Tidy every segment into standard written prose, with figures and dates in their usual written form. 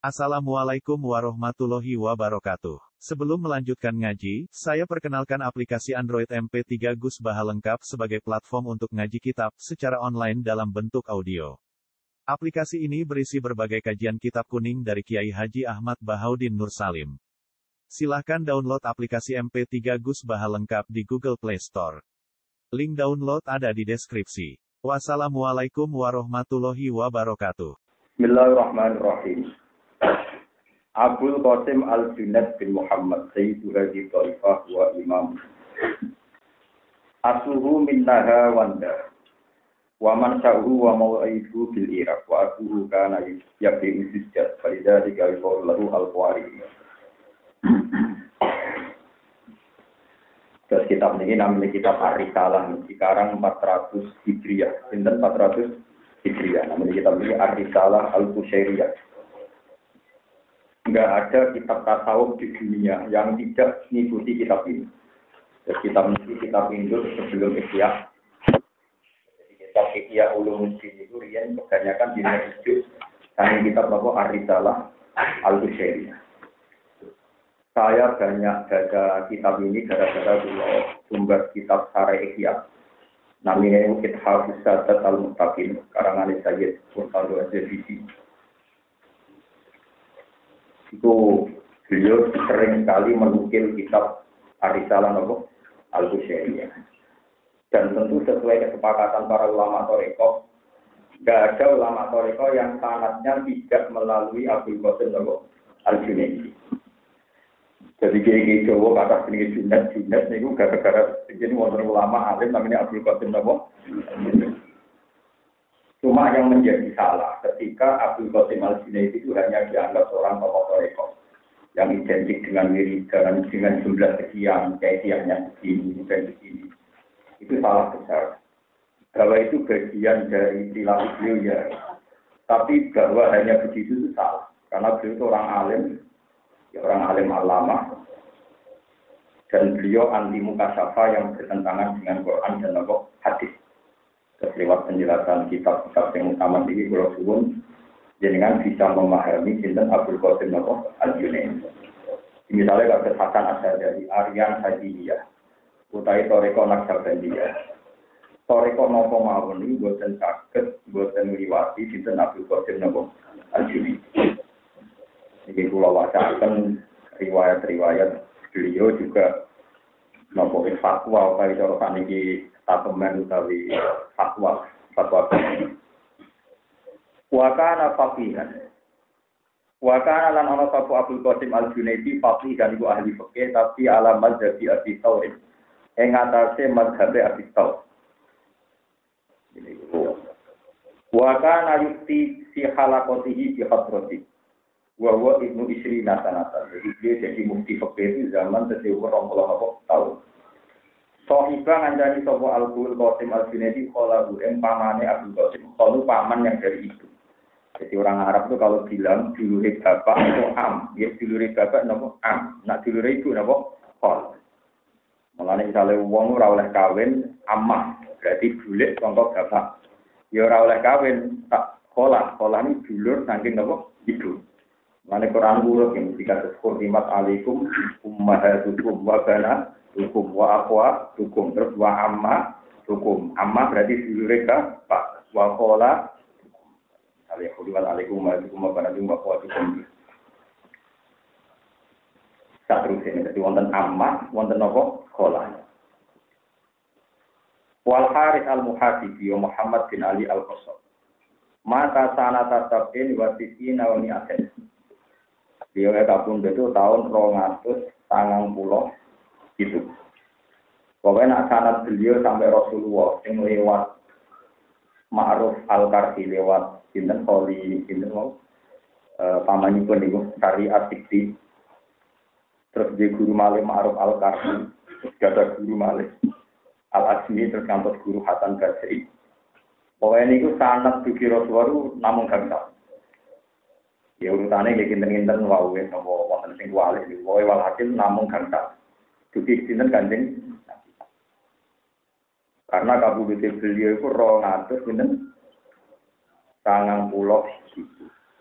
Assalamualaikum warahmatullahi wabarakatuh. Sebelum melanjutkan ngaji, saya perkenalkan aplikasi Android MP3 Gus Baha lengkap sebagai platform untuk ngaji kitab secara online dalam bentuk audio. Aplikasi ini berisi berbagai kajian kitab kuning dari Kiai Haji Ahmad Bahaudin Nur Salim. Silahkan download aplikasi MP3 Gus Baha lengkap di Google Play Store. Link download ada di deskripsi. Wassalamualaikum warahmatullahi wabarakatuh. Bismillahirrahmanirrahim. Abul Qasim Al-Junaid bin Muhammad Sayyidu Hadi Ta'ifah wa Imam Asluhu minnaha wanda wa man sya'uhu wa mawaidu bil Iraq wa akuhu kana yabi usisjad farida dikawifau lahu al-Qawari. Terus kitab ini namanya kitab Ar-Risalah, sekarang 400 Hijriah, sinten 400 Hijriah, namanya kitab ini Ar-Risalah Al-Qushairiyah. Enggak ada kitab tasawuf di dunia yang tidak mengikuti kitab ini. Jadi kitab Hindu sebelum Ihya. Jadi kitab Ihya Ulumuddin itu riyen kebanyakan dirujuk dari kitab Ar-Risalah Al-Qushairiyah. Saya banyak baca kitab ini gara-gara sumber kitab Syarah Ihya. Namanya Ithafus Sadat Al-Muttaqin, karangan Sayyid Murtadha Az-Zabidi. Itu beliau sering sekali menukil kitab Ar-Risalah Al-Qushairiyah. Dan tentu sesuai kesepakatan para ulama Thariqah, tidak ada ulama Thariqah yang sanadnya tidak melalui Abul Qasim Al-Junaidi. Jadi kayak Jawa kata sini Junaid itu gara-gara jadi wonten ulama alim namanya Abul Qasim Cuma yang menjadi salah ketika Abul Qasim Al-Junaidi itu hanya dianggap seorang tokoh Thariqah yang identik dengan wiridan, dengan jumlah sekian, kaifiahnya begini dan begini. Itu salah besar. Bahwa itu bagian dari perilaku beliau ya. Tapi bahwa hanya begitu itu salah. Karena beliau itu orang alim, ya orang alim alama, dan beliau anti mukasyafah yang bertentangan dengan Quran dan hadis. Lewat penjelasan kitab-kitab yang utama ini kalau suwun jenengan bisa memahami tentang Abul Qasim Al-Junaidi. Misalnya kalau Hasan Asy'ari, Aryan Hadiyah, utai Thariqah Naqsabandiyah. Thariqah napa mawon iki boten saged boten ngliwati tentang Abul Qasim Al-Junaidi. Iki kula wacaken riwayat-riwayat beliau juga napa fatwa kaya cara saniki tatemen utawi fatwa. Wa kana faqihan. Wa kana lan ana sapa Abul Qasim Al-Junaidi faqihan iku ahli fikih tapi ala mazhab Abi Thawr. Ing atase mazhab Abi Thawr. Wa kana yufti fi halaqatihi fi hadrati. Wa huwa ibnu Isrina sanatan. Jadi dia jadi mufti fikih itu zaman umur 20 tahun. Sohibah ngandani sopo Abul Qasim Al-Junaidi kholahu pamane Abul Qasim. Khalu paman yang dari ibu. Jadi orang Arab itu kalau bilang dulure bapak itu am. Ya dulure bapak napa am. Nak dulure ibu napa khol. Mulane misale wong ora oleh kawin amah, berarti bulik sangka bapak. Ya ora oleh kawin tak kholah. Kholah ini dulur saking napa ibu. Mulane Quran urut yang dikatakan khurrimat alaikum ummahatukum wa banat hukum wa aqwa hukum terus wa amma hukum amma berarti dulure Pak wa qala alaikum wa barakatuh wa hukum satrusene dadi wonten amma wonten apa qala wal Harits al-Muhasibi Muhammad bin Ali al-Qasab mata sanata tabin wa tisina wa mi'atin dia kabun itu tahun 290 itu. Pokoknya nak sanad beliau sampai Rasulullah yang lewat Ma'ruf Al-Karsi lewat sinten Kholi sinten mau pamanipun niku Sari Asikti. Terus dia guru malih Ma'ruf Al-Karsi, ada guru malih Al-Azmi terus kantos guru Hasan Basri. Pokoknya niku sanad dugi Rasulullah namung gangsal. Ya urutane nggih kinten-kinten wae napa wonten sing walih niku wae walhasil namung gangsal. Dugi sinten Kanjeng Nabi. Karena kabudute beliau itu 200 sinten 90 gitu.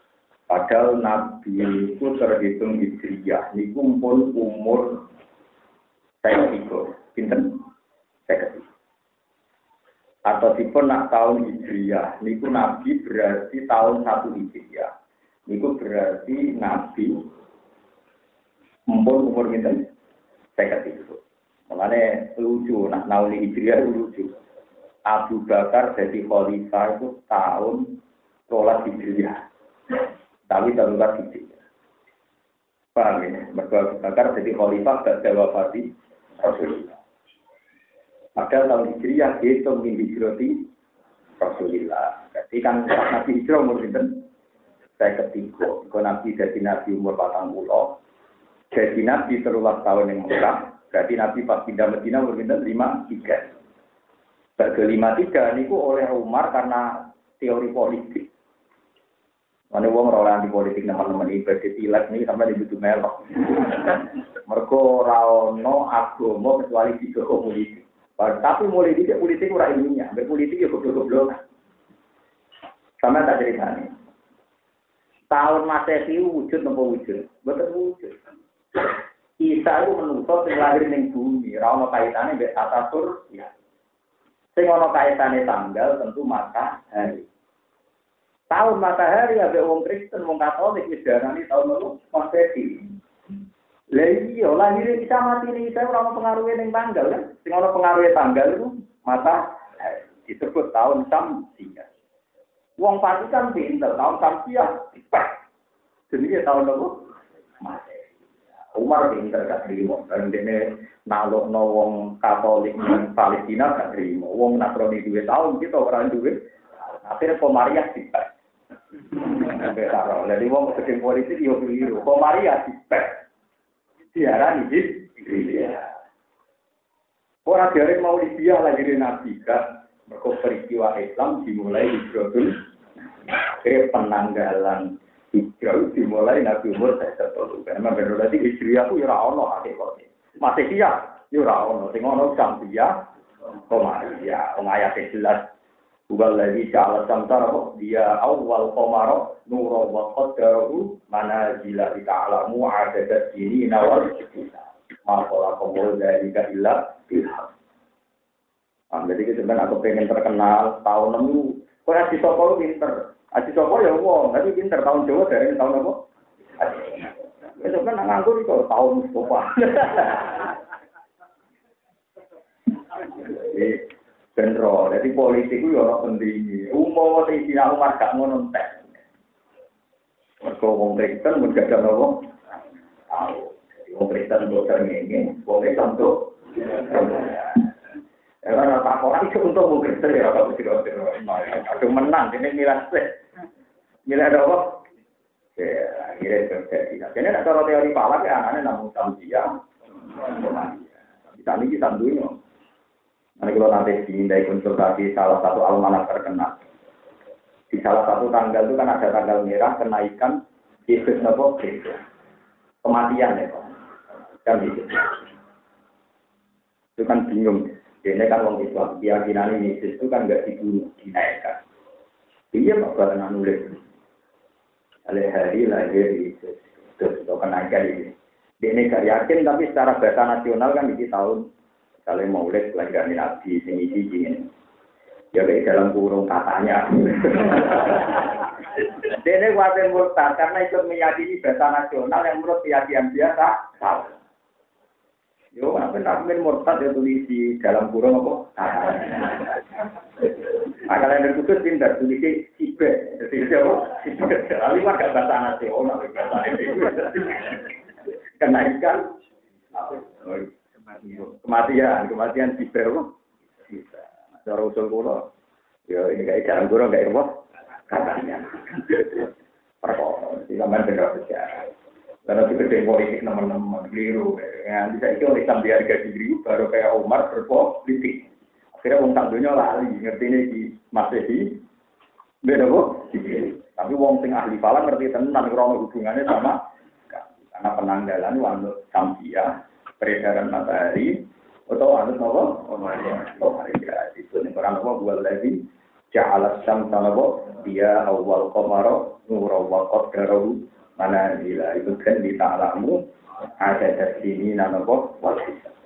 Padahal Nabi itu terhitung Hijriyah, niku pun umur saya tiga, pinten saya ketiga. Atau tipun nak tahun Hijriyah, niku Nabi berarti tahun 1 Hijriyah. Niku berarti Nabi mumpun umur pinten saya ketiga. Makanya lucu, nak nauli Hijriyah lucu. Abu Bakar jadi khalifah itu tahun 12 Hijriyah. Tapi darurat Hijriyah. Paham ya? Mereka Abu Bakar jadi khalifah dan wafati Rasulullah. Padahal tahun Hijriyah dihitung min hijrati Rasulullah. Jadi kan Nabi Hijrah umur pinten? Saya ketiga. Kalau Nabi jadi Nabi umur 40, jadi Nabi 13 tahun yang Mekah. Berarti Nabi pas pindah Madinah umur pinten? 53. Bagi 53 niku oleh Umar karena teori politik. Mana wong ora anti politik teman-teman ibadah tilak nih sampai dibutuh melok. Mergo ora ono agama kecuali tiga politik. Tapi mulai dicek politik ora ilmiah, berpolitik ya goblok-goblok. Sama tak ceritane. Tahun Masehi wujud napa wujud? Boten wujud. Isa itu menungso sing lahir ning bumi, ora ono kaitane mbek tata surya. Sing ono kaitane tanggal tentu matahari. Tahun matahari ya wong Kristen, wong Katolik wis darani tahun loro Masehi. Lah iya, lahir kita mati ini saya ora ono pengaruhe ning tanggal kan. Sing ono pengaruhe tanggal itu matahari. Disebut tahun Syamsiah. Wong Vatikan pinter tahun Syamsiah dipek. Jenenge tahun loro Masehi. Umar pinter gak trimo, kan dene nalokno wong Katolik nang Palestina gak trimo. Wong Nasrani duwe tahun kita ora duwe. Akhirnya Komariah dipek. Jadi wong keting politik yo keliru. Komariah dipek. Diarani Hijriyah. Ora diarani Maulidiyah lahir Nabi kan. Mergo peristiwa Islam dimulai Hijratul. Akhirnya penanggalan Hijrah dimulai Nabi umur 61. Karena berarti Hijriyah ku ora ono hakikate. Masihiyah yo ora ono. Sing ono Syamsiah, Komariah. Wong ayate jelas Bukan lagi ja'ala samtara dia awal qamara nura wa qaddarahu manazila ta'lamu adadat sini nawal kita. Masalah qamul dari illa bilhaq. Jadi sebenarnya aku pengen terkenal tahun nemu. Kok Haji Soko pinter. Haji Soko ya wong, tapi pinter tahun Jawa dari tahun apa? Itu kan nganggur itu tahun Mustafa. Benro, jadi politik itu ya orang penting. Umum Sayyidina Umar gak ngono entek. Mergo wong Kristen mun gak ana wong tahu. Wong Kristen kok ngene, wong Islam tuh. Ora tak ora iso untuk wong Kristen ya kok kira-kira. Aduh menang ini milas. Milas apa? Ya, akhirnya terjadi. Jadi nek cara teori palak ya anane namung Syamsiah. Bisa niki sandunya. Nanti kalau nanti dihindai konsultasi salah satu almanak terkenal. Di salah satu tanggal itu kan ada tanggal merah kenaikan Yesus Nabo Kristus. Kematian ya Pak. Kan gitu. Itu kan bingung. Ini kan orang Islam. Keyakinan Yesus itu kan nggak dibunuh, dinaikkan. Iya Pak, karena nulis. Hari lahir Yesus. Terus kenaikan ini. Ini gak yakin tapi secara bahasa nasional kan di tahun kalau maulid kelahiran Nabi sini ini, ya kayak dalam kurung katanya. Dene kuatir murtad karena ikut meyakini bahasa nasional yang menurut keyakinan biasa salah. Yo, apa namanya murtad ya tulis di dalam kurung apa? Kalau yang terkhusus pintar tulis sibe, jadi siapa? Sibe. Lalu warga bahasa nasional bahasa itu. Kenaikan. Kematian siber bisa. Cara usul kula, ya ini kayak jalan kurang kayak apa? Katanya. Perkara, sampean bener sejarah. Karena itu gede politik teman-teman keliru. Ya, bisa itu oleh sampai harga diri baru kayak Umar berpolitik. Akhirnya wong sak donya lali, ngerti ini di Masehi. Beda kok. Tapi wong sing ahli falak ngerti tenan krono hubungannya sama karena penanggalan wanut Syamsiah, peredaran matahari atau anut apa? Komariah itu nih orang apa buat lagi ja'ala syamsa nabo dia awal qamara nura wa qaddarahu manazila. Itu kan di ta'lamu ada sini nabo wal hisab.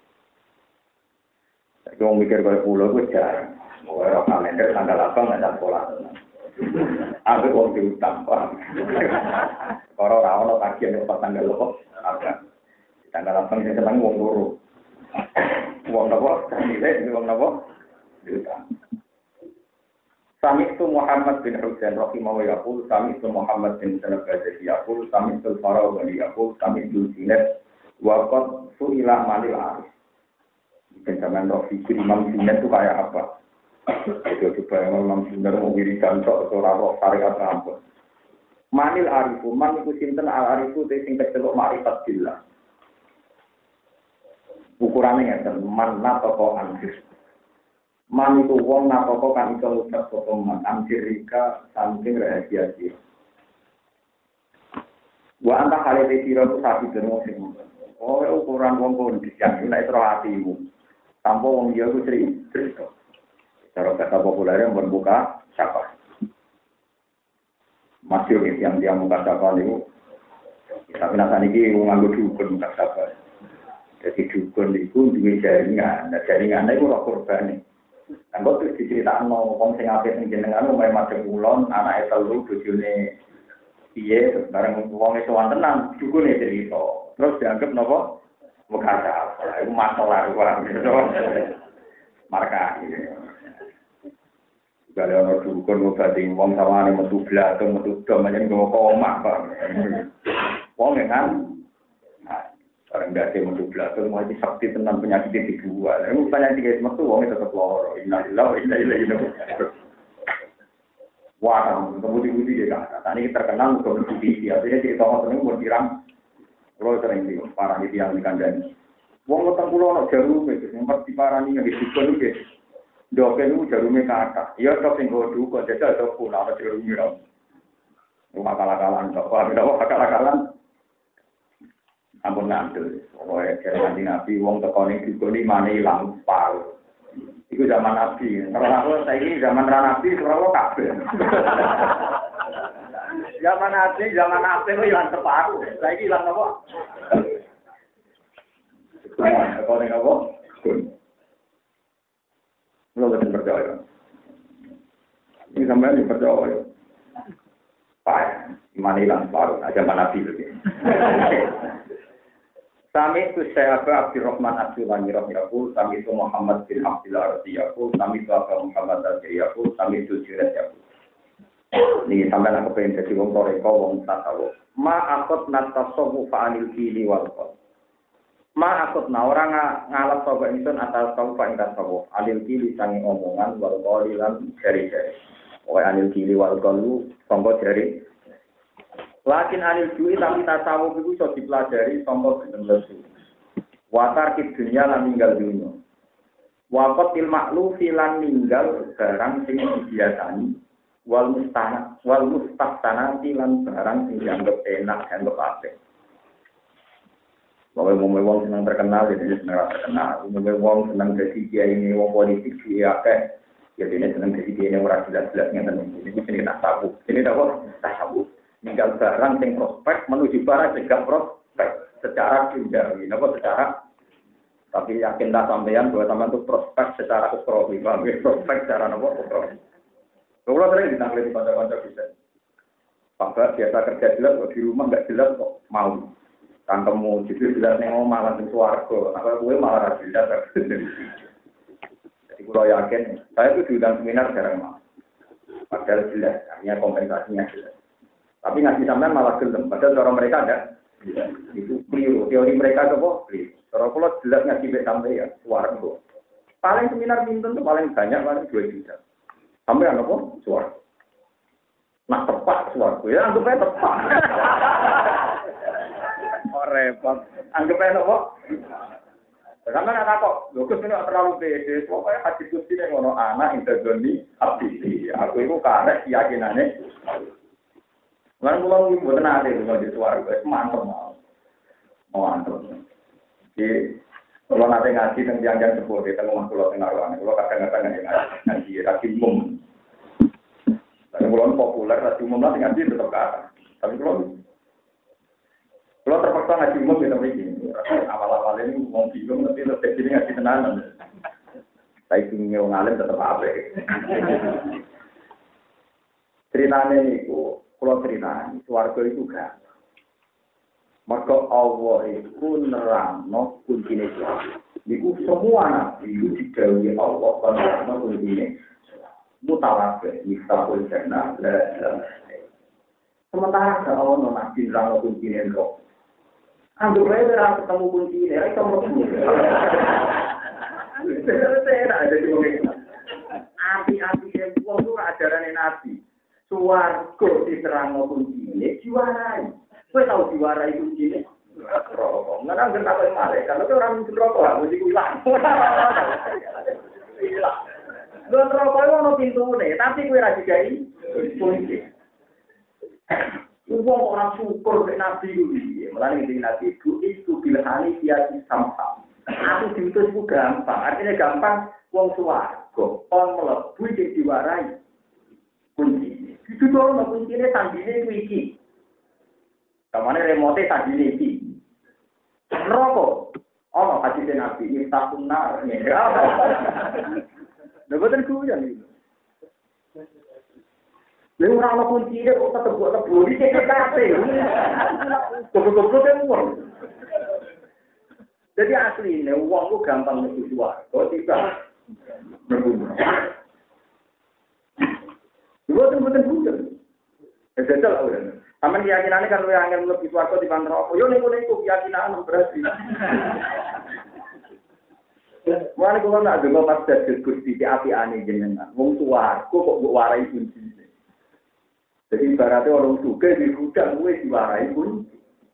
Wong mikir kaya kula ku jarang. Ora kalender tanggal abang ada pola. Aku wong diutang, paham. Ora ono kajian kok tanggal kok ada. Tanggal abang sing seneng wong loro. Wong napa? Wong napa? Diutang. Sami itu Muhammad bin Husain rahimahullah yaqul, sami itu Muhammad bin Sanabadi yaqul, sami itu Farawi yaqul, sami itu Sinet wa qad su'ila manil arif. Zaman roh fikir Imam Sinet itu kayak apa? Itu coba yang Imam Sinet mau wiridan kok ora roh syariat apa. Manil arifu, man iku sinten al arifu sing kecelok makrifat billah. Ukurane ngeten, man natoko anjir. Man itu wong natoko kan iso ngucap sapa man anjirika saking rahasia dia. Wa anta halete sira ku sapi dene sing oh ukuran wong kondisian nek ro atimu. Tanpa wong dia ku cerita. Cara kata populer yang membuka siapa. Masih yang dia muka siapa itu. Tapi nanti ini nganggo dukun muka siapa. Jadi dukun itu dua jaringan. Nah jaringannya itu roh korban. Dan kok terus diceritakan ngomong sing apik sing jenengan umay madhep ulon anake telu bojone piye bareng wong e sowan tenan dukune cerita. Terus dianggap napa? Muka siapa. Itu masalah orang. Marka. Kalau orang dukun ngobati wong sawane metu blatung metu dom aja nggo omah Pak. Wong kan orang dadi metu blatung mau sakti tenan penyakit dibuat. Nek tanya iki metu wong tetep lara. Innalillahi wa inna ilaihi raji'un. Wah, kemudian dia kata, tadi terkenal untuk TV, artinya cerita orang ini berkirang, kalau sering di parah di tiang di kandang. Wong ngotong pulau nak jarum itu, yang pasti parah nih yang disebut itu. Dokter itu jarumnya kata, iya dok yang gue duga, jadi ada pulau ada jarumnya. Rumah kalah-kalan, kalah-kalan. Ampun ngantul, pokoknya jalan nabi, wong tekoning juga nih mana hilang paru. Itu zaman nabi, kalau aku saya ini zaman nabi, kalau kabel. Zaman nabi itu hilang separuh, saya ini hilang apa? Tekoning apa? Lo betul percaya. Ini sampai dipercaya. Pak, mana hilang separuh, zaman nabi itu. Sami itu saya Abdurrahman Abdulani Rahimahul, sami itu Muhammad bin Abdullah Radiyahul, sami itu Abu Muhammad Radiyahul, sami itu Jirat Yahul. Ini sampai aku pengen jadi wong toreko, wong tasawuf. Ma akut natasowu fa'anil kili wal qol. Ma akut na orang ngalap sobat insun atas kamu fa'in tasawuf. Anil kili sangi omongan wal qoli lan jari-jari. Pokoknya anil kili wal qol sangka jari. Lakin anil du'i tapi tasawuf itu bisa dipelajari sampai dengan lesu. Watar kid dunia lan ninggal dunia. Wakotil maklufi lan ninggal barang sing dibiasani. Wal mustahsanati lan barang sing dianggap enak, dianggap apik. Bahwa wong senang terkenal, jadi senang terkenal. Wong senang jadi dia ini wong politik dia akeh. Jadi ini senang jadi dia ini orang jelas-jelasnya tenang. Ini tasawuf. Ini apa? Tasawuf. Tinggal barang yang prospek menuju barang juga prospek secara duniawi, secara tapi yakinlah sampean bahwa sampean itu prospek secara usrowi, prospek secara usrowi. Kalau sering ditanggung pada bisa. Pak biasa kerja jelas kok di rumah nggak jelas kok mau. Tangkemu jadi jelas nengok malah di suarga, apa gue malah jelas. Jadi kalau yakin, saya itu diundang seminar jarang mau. Padahal jelas, artinya kompensasinya jelas. Tapi ngasih sampean malah gelem. Padahal cara mereka ada. Itu keliru. Teori mereka itu kok keliru. Cara kalau jelas ngasih sampai ya, suara itu. Paling seminar pinten itu paling banyak, paling 2 juta. Sampai apa? Suara. Nah tepat suara. Ya anggapnya tepat. Oh repot. Anggapnya apa? Sampai nak kok. Logus ini terlalu pede. Pokoknya hadis kursi yang ngono anak interdoni abdi. Aku itu karek keyakinannya. Lan kula mboten ate di suara wis mantep mau. Mantep. Jadi kalau nanti ngaji tentang yang sepuh di tengah kula tengah ruangan, kula kadang-kadang ngaji lagi umum. Tapi kalau populer, radio umum lah ngaji tetap kalah. Tapi kalau terpaksa ngaji umum kita begini. Awal-awal ini mau bingung, tapi tetap jadi ngaji tenanan. Saya ingin ngalim tetap apa? Ceritanya itu, kalau ceritanya, suarga itu gak. Maka Allah itu nerangno kuncinya suarga. Itu semua nabi itu didhawuhi Allah karena kuncinya mutawakil, miftahul jannah. Sementara kalau nabi nerangno kuncinya roh. Anggap aja ketemu kuncinya, itu mau saya ada di mana? Api-api yang buang itu ajaran nabi. Suwarga diterangno kuncinya, diwarai. Kau tahu diwarai kuncinya? Rokok. Nggak kan apa yang malah. Kalau itu orang minum rokok, mesti hilang. Hilang. Lu rokok itu ada pintu nih, tapi kue rajin jadi kunci. Uang orang syukur ke nabi itu, malah ini nabi itu bilhani tiada sampah. Aku diutus itu gampang, artinya gampang. Uang suwarga, orang melebu jadi diwarai kunci. Itu dong, kuncinya sandine itu iki. Kamane remote sandine iki. Rokok. Oh, hadis Nabi miftahun nar. Lha boten kuyan iki. Lha ora ana kunci kok tetep tebul iki kabeh. Goblok-goblok kan wong. Jadi asline wong ku gampang mlebu swarga, tidak mlebu. Boten kuyan. Jajal ora. Sampeyan keyakinane kan luwih angel mlebu swarga dibanding neraka. Yo ning niku keyakinan berarti. Mulane kula nak donga pas dadi Gusti di api-ane jenengan. Wong swarga kok mbok warai kunci. Jadi ibaratnya orang sugih di gudang kuwi diwarai kunci.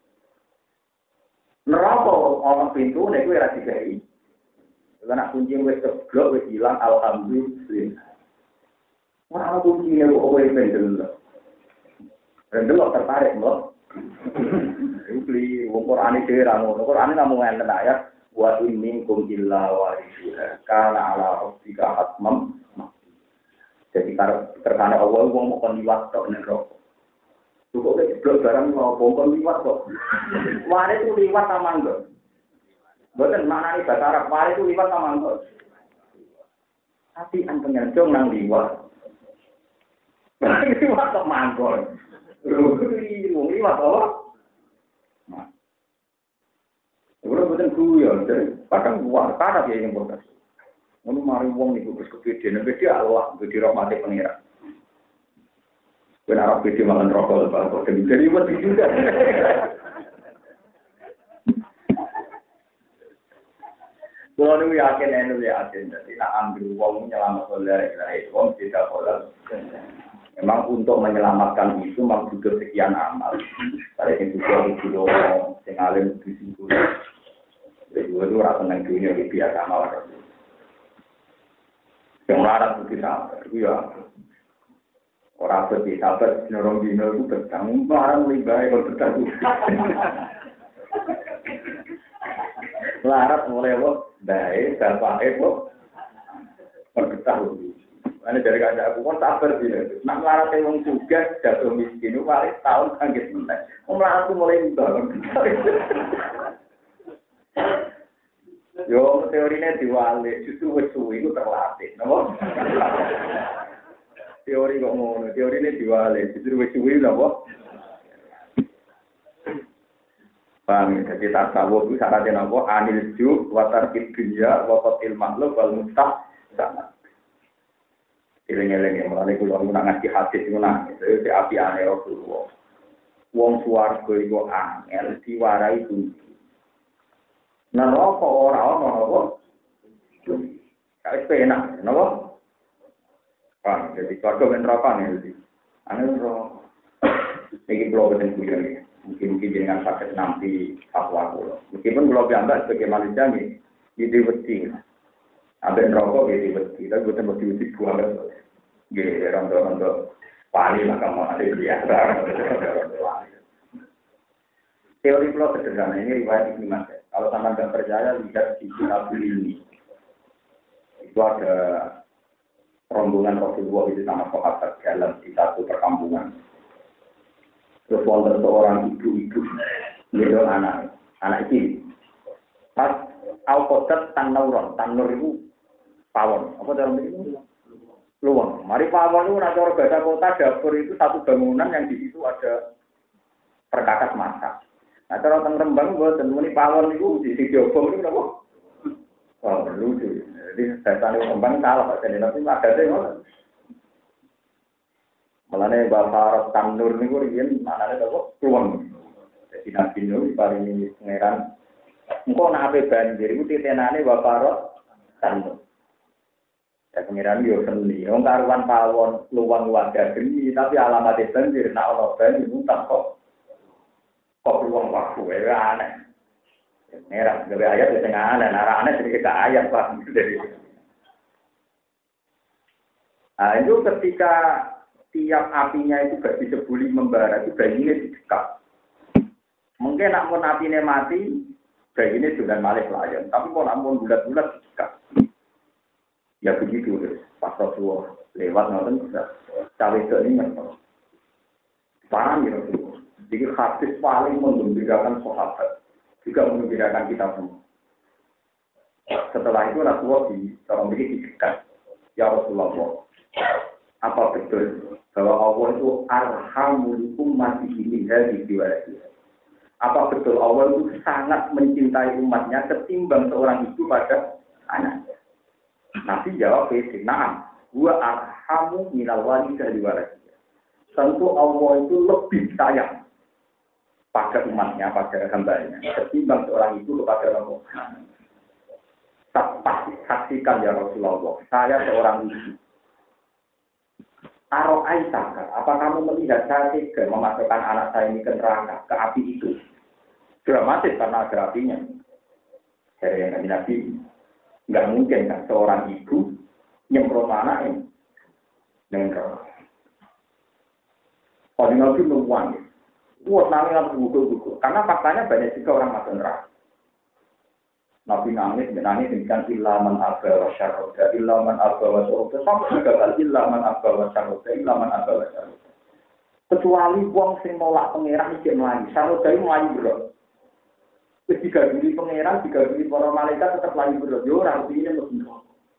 Neraka ana pintu nek kuwi ora digawe. Karena kunci wis keblok wis ilang alhamdulillah. Ora ana kuncine kok kowe pendel. Rendel tertarik loh. Iku beli wong Qur'ane dhewe ra ngono. Qur'ane namung enten ayat wa in minkum illa waridha kana ala rabbika hatmam. Jadi karena Allah wong kon liwat tok nek roko. Kok jeblok barang mau kon liwat kok. Ware itu liwat tamanggo. Mboten maknane bahasa Arab ware itu liwat tamanggo. Tapi an penyanjung nang liwat. Liwat tamanggo. Wong liwat apa? Nah. Ora boten guyon, bahkan warta dia yang protes. Ngono mari wong niku wis kepedhen, beda Allah, beda rahmate pangeran. Ben arep beda mangan rokok kok jadi wedi juga. Kulo nu yakin dadi nek ambil wong nyelamat oleh wong tidak oleh. Memang untuk menyelamatkan itu memang butuh sekian amal. Kalau yang butuh yang alim di situ, jadi itu rasa senang dunia lebih biasa amal. Yang larat begitu sabar, itu ya orang seperti sabar norong dino itu bertanggung barang lebih baik kalau bertanggung. Larat mulai lo baik, baik lo bertanggung. Ane dari kaca aku kan sabar sih. Nak melarat yang juga jatuh miskin itu paling tahun kangen meneh. Melarat tuh mulai bangun. Yo teorinya diwalik, justru suwi itu terlatih, napa? Teori kok ngono, teorinya diwalik, justru suwi napa? Paham, jadi tasawuf itu syaratnya napa? Anil ju, watar dunya, wakotil makhluk, wal mustah, sama. Ileng-eleng yang mulai keluar ngaji hadis itu nangis, itu si api aneh Rasulullah. Wong swarga itu angel, diwarai kunci. Nah, apa orang-orang apa? Kaya enak, kenapa? Paham, jadi swarga bentrokan ya, jadi. Aneh roh. Ini kalau betul kuyon ya. Mungkin dengan sakit nanti fatwa kulo. Meskipun kalau biasa sebagai manusia nih, jadi wedi. Ambil rokok jadi wedi, tapi bukan wedi buah kan. Gede, rondo-rondo pali lah kamu ada biasa. Teori pulau sederhana ini riwayat Ibnu Mas. Kalau sampai tidak percaya lihat di Nabi ini. Itu ada rombongan Rasulullah itu sama sahabat jalan di satu perkampungan. Terus wonten seorang ibu-ibu ngedol anak iki. Pas al-qadat tanur itu pawon. Apa cara itu? Luang. Mari pawon itu cara bahasa kota dapur itu satu bangunan yang di situ ada perkakas masak. Nah cara teng Rembang mboten muni pawon itu di sisi obong itu napa? Wah, lucu. Jadi bahasa Rembang salah Pak Jadi tapi agate ngono. Malane Bapak Tanur niku riyen manane kok kluweng. Dadi Nabi Nuh paringi pangeran. Engko nek ape banjir iku titenane Bapak Tanur. Ya pangeran yo seni. Wong karuan pawon luwang wadah geni tapi alamat banjir nek ana banjir mutak kok luwang waktu aneh. Pangeran gawe ayat wis aneh, narane sedikit ayat Pak. Nah, itu ketika tiap apinya itu gak disebuli membara itu bayinya didekat. Mungkin nak pun apinya mati, bayinya sudah malih layan. Tapi kalau nak pun bulat-bulat didekat. Ya begitu, pas Rasulullah lewat nonton cawe ini ngerti. Parah ya Rasulullah. Jadi hadis paling menggembirakan sahabat, juga menggembirakan kita semua. Setelah itu Rasulullah orang ini didekat. Ya Rasulullah, apa betul bahwa Allah itu arhamul ummati ini dari diwarisnya? Apa betul Allah itu sangat mencintai umatnya ketimbang seorang ibu pada anaknya? Nabi jawab, "Na'am, huwa arhamu minal walidah diwarisnya." Tentu Allah itu lebih sayang pada umatnya, pada hambanya ketimbang seorang ibu kepada Allah. Saksikan ya Rasulullah, saya seorang ibu. Aro'aitaka, apa kamu melihat saya tega memasukkan anak saya ini ke neraka, ke api itu? Dramatis karena ada apinya. Jadi yang Nabi, nggak mungkin kan seorang ibu nyemprot anaknya dengan neraka. Kalau Nabi memuang, buat nangis buku-buku, karena faktanya banyak juga orang masuk neraka. Nabi nangis dengan ilaman abba wa syarroda, ilaman abba wa syarroda, sampai gagal ilaman abba wa syarroda, ilaman abba wa syarroda. Kecuali wong sing nolak pangeran iki mlayu, syarroda iki mlayu bro. Wis digabuli pangeran, digabuli para malaikat tetap mlayu bro. Yo ora ini mesti.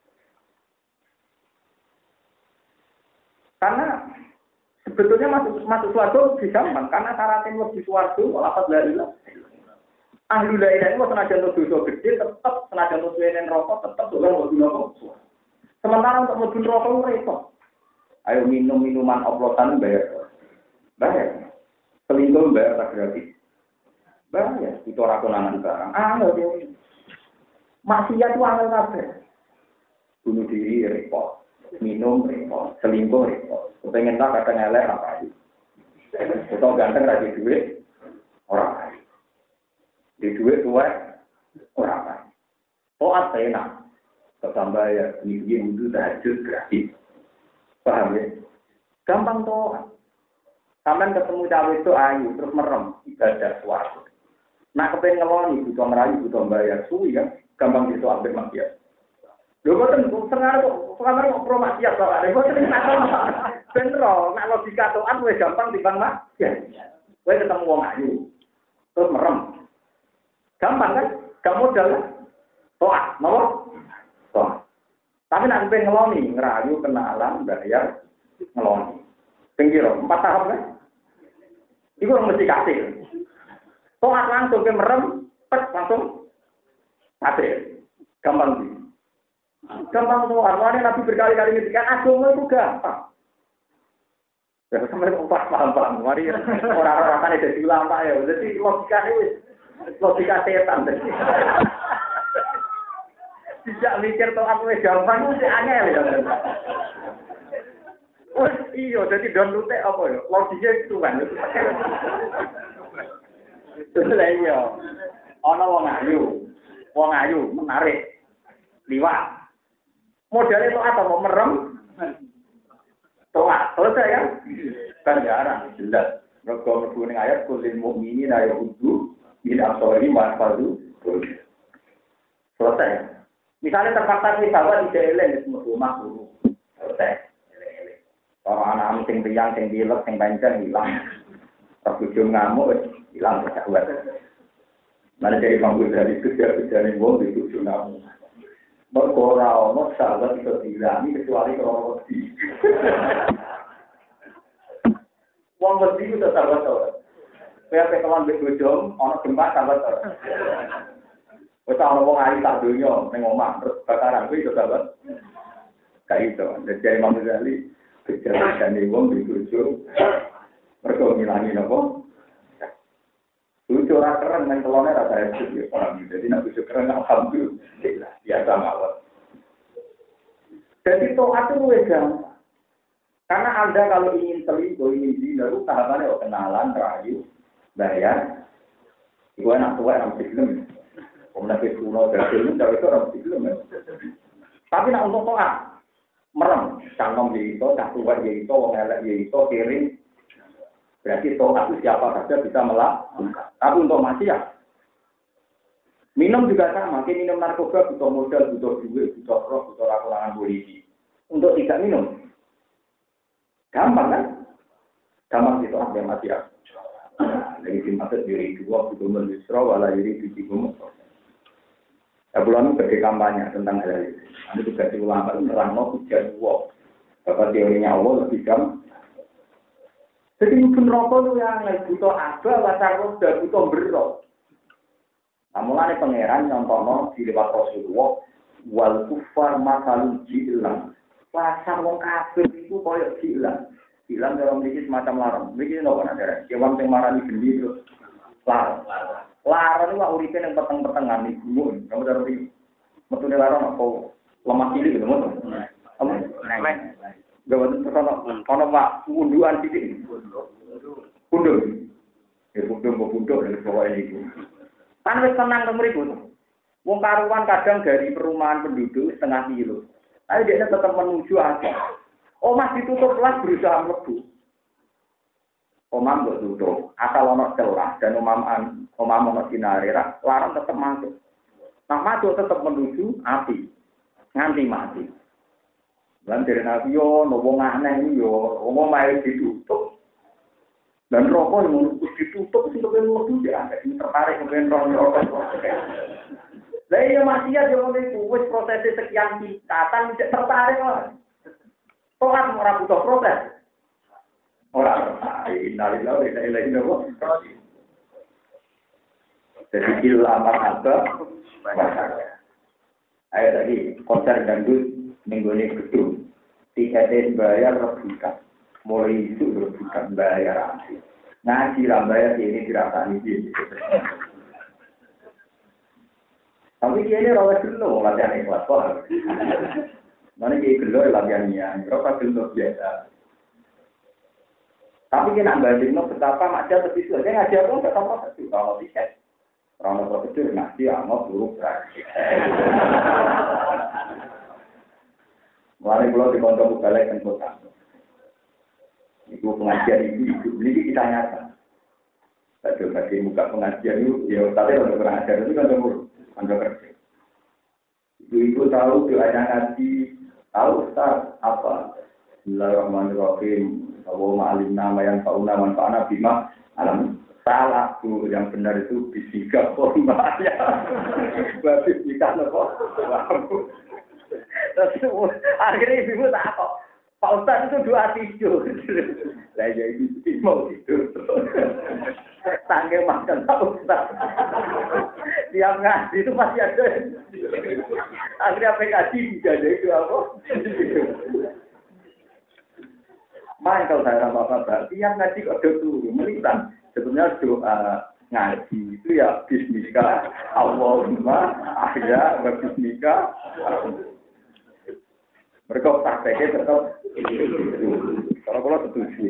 Karena sebetulnya masuk suatu gampang, karena syaratnya mesti suatu, lafaz la ilaha ahlu la ilaha illallah senajan dosa gede tetap senajan dosa yang rokok tetap dolan mlebu neraka. Sementara untuk mlebu neraka repot. Ayo minum minuman oplosan bayar. Bayar. Selingkuh bayar tak gratis. Bayar itu ora konangan barang. Angel dhewe. Maksiat itu angel kabeh. Bunuh diri repot. Minum repot, selingkuh repot. Kepengen tak kadang elek apa iki. Foto ganteng ra duit ora. Di duit tua orang lain. Toat enak, ketambah ya ini wudhu tahajud gratis. Paham ya? Gampang toat. Sampai ketemu cawe itu ayu terus merem ibadah suatu. Nak kepengen ngeloni butuh merayu butuh bayar suwi kan? Gampang gitu ambil maksiat. Lho boten sekarang kok pro maksiat kok ada boten nakal. Bener, nak logika toat wis gampang timbang maksiat. Kowe ketemu wong ayu terus merem. Gampang kan? Gak modal kan? Toat, no? Toat. Tapi nanti ngeloni, ngerayu, kenalan, bayar, ngeloni. Pinggir, 4 tahap kan? Itu orang mesti kasih. Toat langsung ke merem, langsung kasih. Gampang sih. Gampang toat. Soalnya Nabi berkali-kali ngetikan, agama itu gampang. Ya, sampai paham-paham. Mari orang-orang kan ada di ulama ya. Jadi logika ini logika setan. Tidak mikir toat wis gampang mesti angel ya. Wes iya dadi don lute apa ya? Logika itu kan. Terus iya. Ana wong ayu menarik. Liwat. Modalnya toat apa merem? Toat. Selesai kan? Kan jarang jelas. Mergo mlebu ning ayat kulil mukminin ayudu bila sorry mahfazu selesai. Misalnya terpaksa kita bawa di jalan itu rumah dulu. selesai. Kalau anak sing tiyang sing dilek sing pancen hilang. Bojo ngamuk hilang sahabat. Mana dari mampu dari kerja-kerja wong itu ngamuk. Mergo ora ono sahabat iso dilangi kecuali kalau wedi. Wong wedi itu sahabat ora. Kaya kewan bojo ono gempa sahabat ora. Wes ana wong ari tak donya ning omah terus bakaran kuwi iso sahabat. Kayak itu. Dari mampu dari kerja-kerja wong itu mereka ngilangi apa? Lucu orang keren main telurnya rasa itu orang. Jadi nak lucu keren alhamdulillah biasa mawar. Jadi toat itu gampang. Karena Anda kalau ingin selingkuh, ingin zina, lu tahapannya kenalan, rayu, bayar. Iku enak tua orang film. Komunikasi kuno dari film itu orang film. Tapi nak untuk toat, merem, cangkem jadi itu, tua jadi itu, ngelak jadi itu, kirim. Berarti toat itu siapa saja bisa melakukan. Tapi untuk maksiat, minum juga sama. Kita minum narkoba butuh modal, butuh duit, butuh roh, butuh laporan polisi. Untuk tidak minum, gampang kan? Gampang itu ada maksiat. Dari dimaksud diri dua butuh menyusra, walau diri tujuh gumuk. Ya bulan ini bagi kampanye tentang hal ini. Anda juga diulangkan nerangno hujan dua. Bapak teorinya Allah lebih gampang. Jadi mungkin rokok itu yang butuh abah, wasar roda, butuh berok. Nah, mulai pangeran nyontono di lewat Rasulullah, wal kufar masalun jilang. Wasar wong kafir itu koyok jilang. Jilang dalam ini semacam larang. Begini nopo nadara. Kewan yang marah di gendi itu larang. Larang itu uripen yang peteng-petengan di gunung. Kamu tahu ini? Metune larang apa? Lemah cilik gitu, betul? Kamu? Gawat terkono Pak unduan titik. Punduk. Ya punduk dari bawah ini. Kan wis tenang to mriku. Wong karuan kadang dari perumahan penduduk setengah kilo. Tapi dia tetap menuju aja. Omah ditutup kelas berusaha mlebu. Omah mbok tutup. Asal ono celah dan omah ono sinare, larang tetap masuk. Nah masuk tetap menuju api. Nganti mati. Dan dari Nabi yo, nopo aneh yo, omong main ditutup. Dan rokok yang ditutup, itu kan mau dia, tertarik kemudian rokok. Lah iya maksiat yo ngene wis prosesnya sekian tingkatan tidak tertarik lah. Toat ora butuh proses. Ora, innalillahi wa inna ilaihi raji'un. Jadi ilmu apa? Ayo tadi konser dangdut minggu ini gedung. Tiketnya bayar rebutan. Mulai itu rebutan bayar asli. Ngaji lah bayar ini dirasani ini. Tapi ini rawat dulu latihan ikhlas kok. Mana dia gelor latihannya, berapa gelor biasa. Tapi kita bandingno betapa macam terbisu. Saya ngaji aku nggak tahu apa kalau tiket. Orang prosedur ngaji amat buruk praktik. Mulai pulau di kantor balik dan kota. Itu pengajian ibu ini kita nyata. Bagi muka pengajian itu, ya tapi kalau pengajian itu kan kerja. Ibu tahu doanya ngaji. Tahu Ustaz apa? Bismillahirrahmanirrahim. Allahumma alimna ma yanfa'una wanfa'na bima alam. Salah tuh yang benar itu bismillah formal ya. Bismillah nopo. Terus akhirnya ibu tak apa? Pak Ustaz itu doa tidur. Lah ya itu mau tidur. Tangge makan Pak Ustaz. Tiap ngaji itu pasti ada. Akhirnya PKJ bisa jadi itu apa? Main kalau saya bapak-bapak, tiap ngaji kok ada tuh, melihat sebenarnya doa ngaji itu ya bismillah, Allahumma ahya wa bismillah. Mereka prakteknya tetap kalau setuju.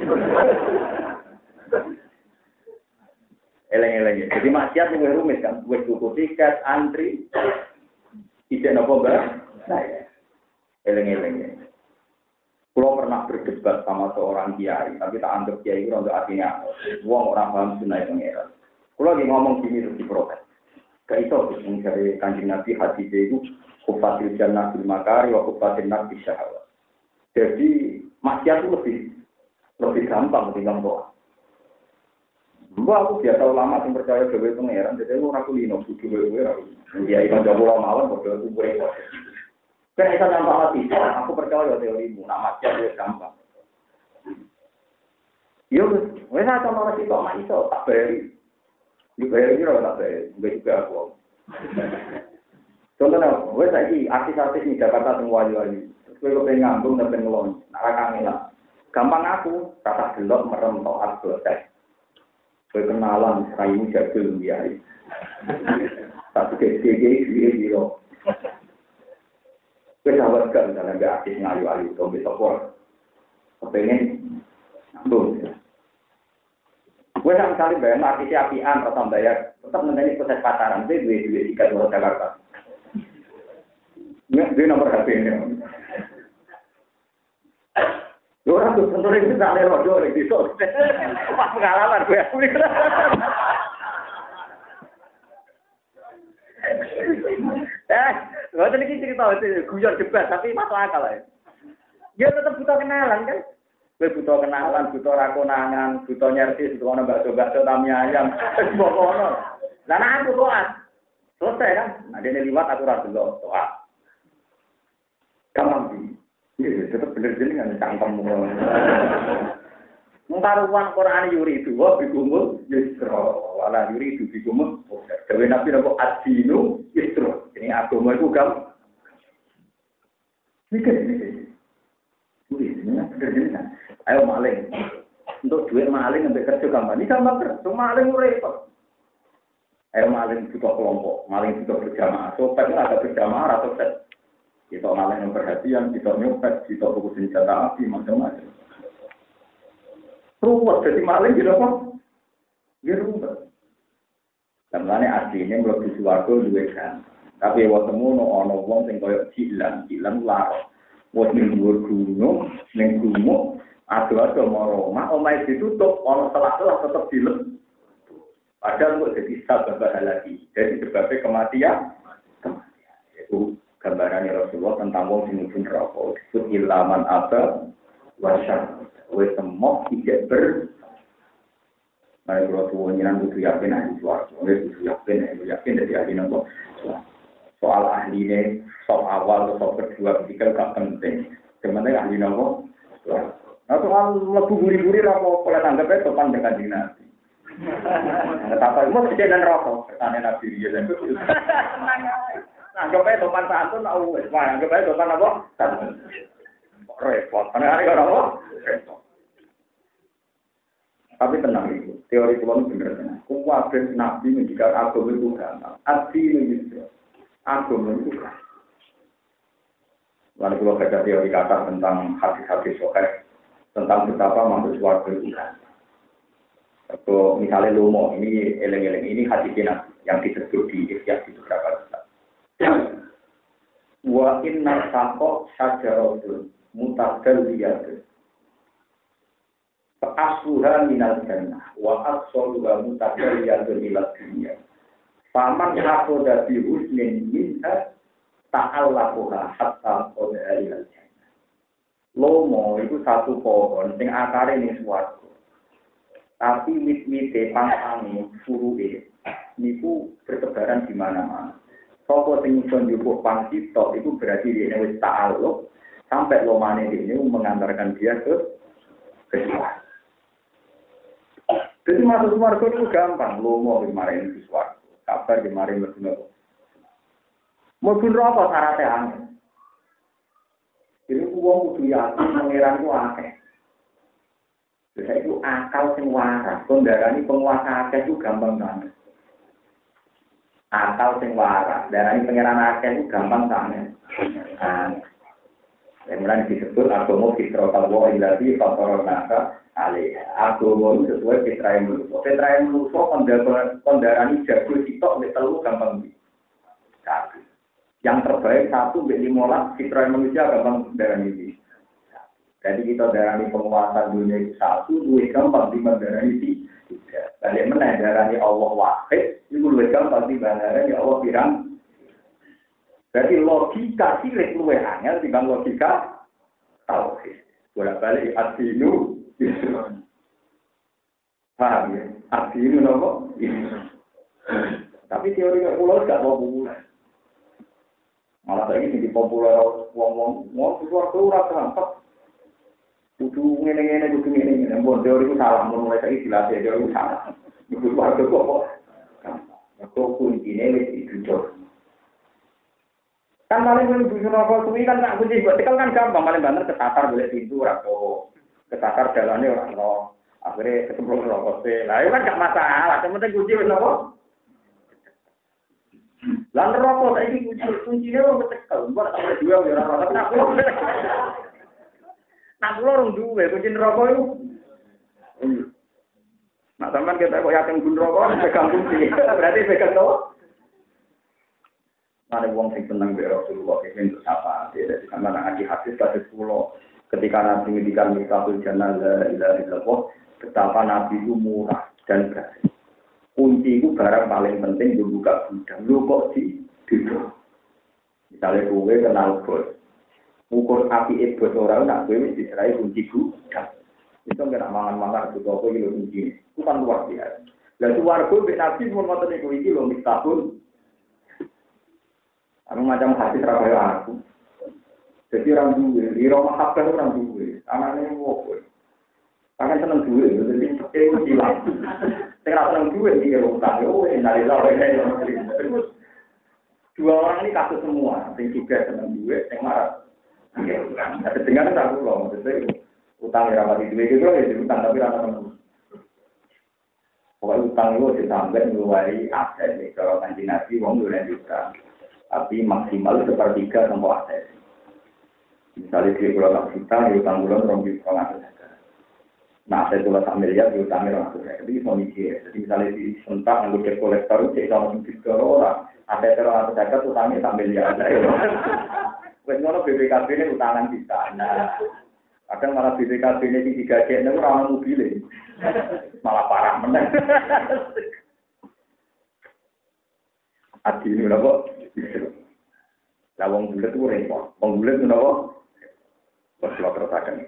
Eleng-eleng. Jadi maksiat lebih rumit kan, buat buku tiket, antri, tidak nopo saya. Eleng-eleng. Kalau pernah berdebat sama seorang kiai, tapi tak anggap kiai itu untuk artinya, uang orang paham sunnah pengeran. Kalau lagi ngomong gini terus diprotes. Gak itu, dari Kanjeng Nabi hadis itu, kufatil jannah bil makari wa kufatil nar bil syahwat. Jadi maksiat itu lebih gampang ketimbang doa. Aku biasa ulama yang percaya dewe pangeran, jadi aku lino suci dewe aku. Dia ikan jago mawon bodoh itu boleh. Kan itu nampak mati. Aku percaya teorimu, nama maksiat itu gampang. Yo, wes ada orang sih kok iso tak beri. Diberi kira tak beri, enggak juga aku. Contohnya, wes lagi artis-artis di Jakarta semua wali-wali. Kowe kepen ngambung dan pengen ngelon, nak kangen lah. Gampang aku, kata gelok merem toat selesai. Kowe kenalan kayu jadul biaya. Satu kecil-kecil dia. Kowe sahabat kan misalnya ada artis ngayu-ayu, kau bisa por. Kepengen ngambung. Kowe sama sekali bayang artisnya apian atau bayar, tetap mengenai proses pacaran. Kowe duit tiket luar Jakarta. Dia nomor HP-nya. Orang tuh tentu itu tak ada rodo lagi so. Pas pengalaman gue. Gak ada lagi cerita itu guyon debat tapi masuk akal ya. Dia tetap butuh kenalan kan. Gue butuh kenalan, butuh rakonangan, butuh nyertis, butuh orang bakso tami ayam, bokono. Karena aku toat. Selesai kan. Nah dia liwat aku rasa dulu toat. Gampang. Iya, tetap bener jadi nggak cangkem. Mengkaruan Quran yuri itu, wah bigumul yusro, wala yuri itu bigumul. Dewi Nabi nabo adinu yusro. Ini agama itu gampang. Mikir. Ini bener jadi kan. Ayo maling. Untuk duit maling sampai kerja gampang. Ini gampang kerja. Maling repot. Ayo maling juga kelompok, maling juga berjamaah. So, tapi ada berjamaah atau set. Kita malah yang perhatian, kita nyopet, kita buku senjata api, macam-macam. Ruwet, jadi maling gitu apa? Ya ruwet. Sebenarnya aslinya melebihi suarga juga kan. Tapi waktu temu ono wong sing koyo cilan laro. Wong ning dhuwur gunung, ning gumuk, ado-ado mau omah, omahe ditutup, ono telah-telah tetep dilem. Padahal kok jadi sabab lagi. Jadi sebabnya kematian. Itu gambaran Rasulullah tentang wong sing mlebu neraka disebut ilaman aba wasyar wis temok tidak ber Mari kalau tuh nyiran butuh yakin ahli suarga, butuh yakin dari ahli nopo. Soal ahlinya, soal awal atau soal kedua, ketika gak penting. Sebenarnya ahli nopo. Nah soal lebih gurih-gurih lah, mau boleh tanggapnya sopan dengan dinasti. Tapi mau kejadian rokok, pertanyaan Nabi dia dan itu. Anggapnya sopan santun, anggapnya sopan apa? Santun. Repot, karena ada apa? Repot. Tapi tenang itu, teori Tuhan benar tenang. Kuwatir Nabi menjadikan agama itu gampang. Arti itu, agama itu gampang. Lalu kalau ada teori kata tentang hadis-hadis sahih, tentang betapa masuk surga itu gampang. Kalau misalnya lomo, ini eleng-eleng, ini hadis yang disebut di Ihya itu berapa besar. Wa inna saqo syajaratun mutadalliyatun. Asluha minal jannah wa asluha mutadalliyatun ila dunya. Faman hakoda bi husnin minha ta'allaquha hatta qada ila jannah. Lomo itu satu pohon sing akare ning swarga. Tapi wit-wite pang-pange furuke niku bertebaran di mana-mana. Sopo sing iso njupuk pang sitok itu berarti dia wis ta'alluq sampai lomane ini mengantarkan dia ke swarga. Jadi masuk swarga itu gampang, lomo kemarin di swarga. Kabar kemarin mlebu. Mlebu apa syaratnya angel? Jadi wong kudu yakin pangeran ku akeh. Jadi itu akal sing waras, kondarani penguasa akeh itu gampang banget. Akal sing waras, darani pangeran akeh itu gampang banget. Kemudian disebut agama fitrah wa illati fatarnaka alih. Agama sesuai fitrah manusia. Fitrah manusia kondarani jago sitok wis telu gampang iki. Yang terbaik 1/15 fitrah manusia gampang darani iki. Jadi kita darani penguasa dunia itu 1, 2 gampang dimandarani 3. Balik meneh darani Allah wahid, itu lebih gampang dimandarani Allah pirang. Jadi logika silik luwih angel dibanding logika tauhid. Bolak-balik adinu Islam. Paham ya? Adinu apa? Islam. Tapi teori populer gak populer. Malah lagi sing populer wong-wong keluar gampang. Kudu ngene-ngene. Mbon teori ku salah, mulai saiki jelas teori ku salah. Kudu warga kok. Kok kuncine wis dijujuk. Kan paling mlebu neraka kuwi kan tak kunci buat tekel kan gampang, paling banter ketakar golek pintu ora kok. Ketakar dalane ora ono. Akhire ketemu neraka se. Lah itu kan gak masalah, yang penting kunci wis apa? Lah neraka saiki kuncine wis tekel, mbok tak oleh dua ya ora ono. Nak kula rung duwe kunci neraka iku. Nak sampean kita kok yakin kunci neraka pegang kunci. Berarti pegang to? Ada wong sing seneng be Rasulullah itu apa? Jadi sama nang hadis kados kula ketika Nabi ngendikan mikaful jannah la ilaha illallah, betapa Nabi itu murah dan berhasil. Kunci itu barang paling penting dibuka gudang. Lu kok duduk. Misalnya kowe kenal bos. Ukur api bos orang nak kowe wis diserai kunci gudang. Itu enggak mangan-mangan itu apa iki lho kunci. Itu kan luar biasa. Lah suwarga mek Nabi mun ngoten niku iki lho mistahul. Anu macam hadis ra kaya aku. Jadi orang duwe, di rumah kabeh orang duwe. Anane ngopo. Kan seneng duwe, jadi itu hilang. Sing ra seneng duwe iki utang yo nari lawe. Terus dua orang ini kasus semua, sing juga seneng duwe, sing marah. Ada dengan tak kula, maksudnya utang ya rapati duwe iki lho ya utang tapi ra seneng. Pokoknya utang itu ditambah ngeluari aset nih, kalau kanjeng Nabi wong luwih utang. Tapi maksimal sepertiga sampai aset. Misalnya dia pulau tak juta, dia utang bulan orang juta nggak ada. Nah, saya pulau 1 miliar, dia utangnya orang juta. Jadi bisa mikir. Jadi misalnya di sentak, anggota kolektor itu sama juta orang. Aset orang juta utangnya 1 miliar. Kemudian BPKB ini utangan kita. Nah, kadang malah BPKB ini 3 G, itu orang mobil. Malah parah menang. Adi ini berapa? Lah wong bulet ku repot. Wong bulet menapa? Berselot tersaken.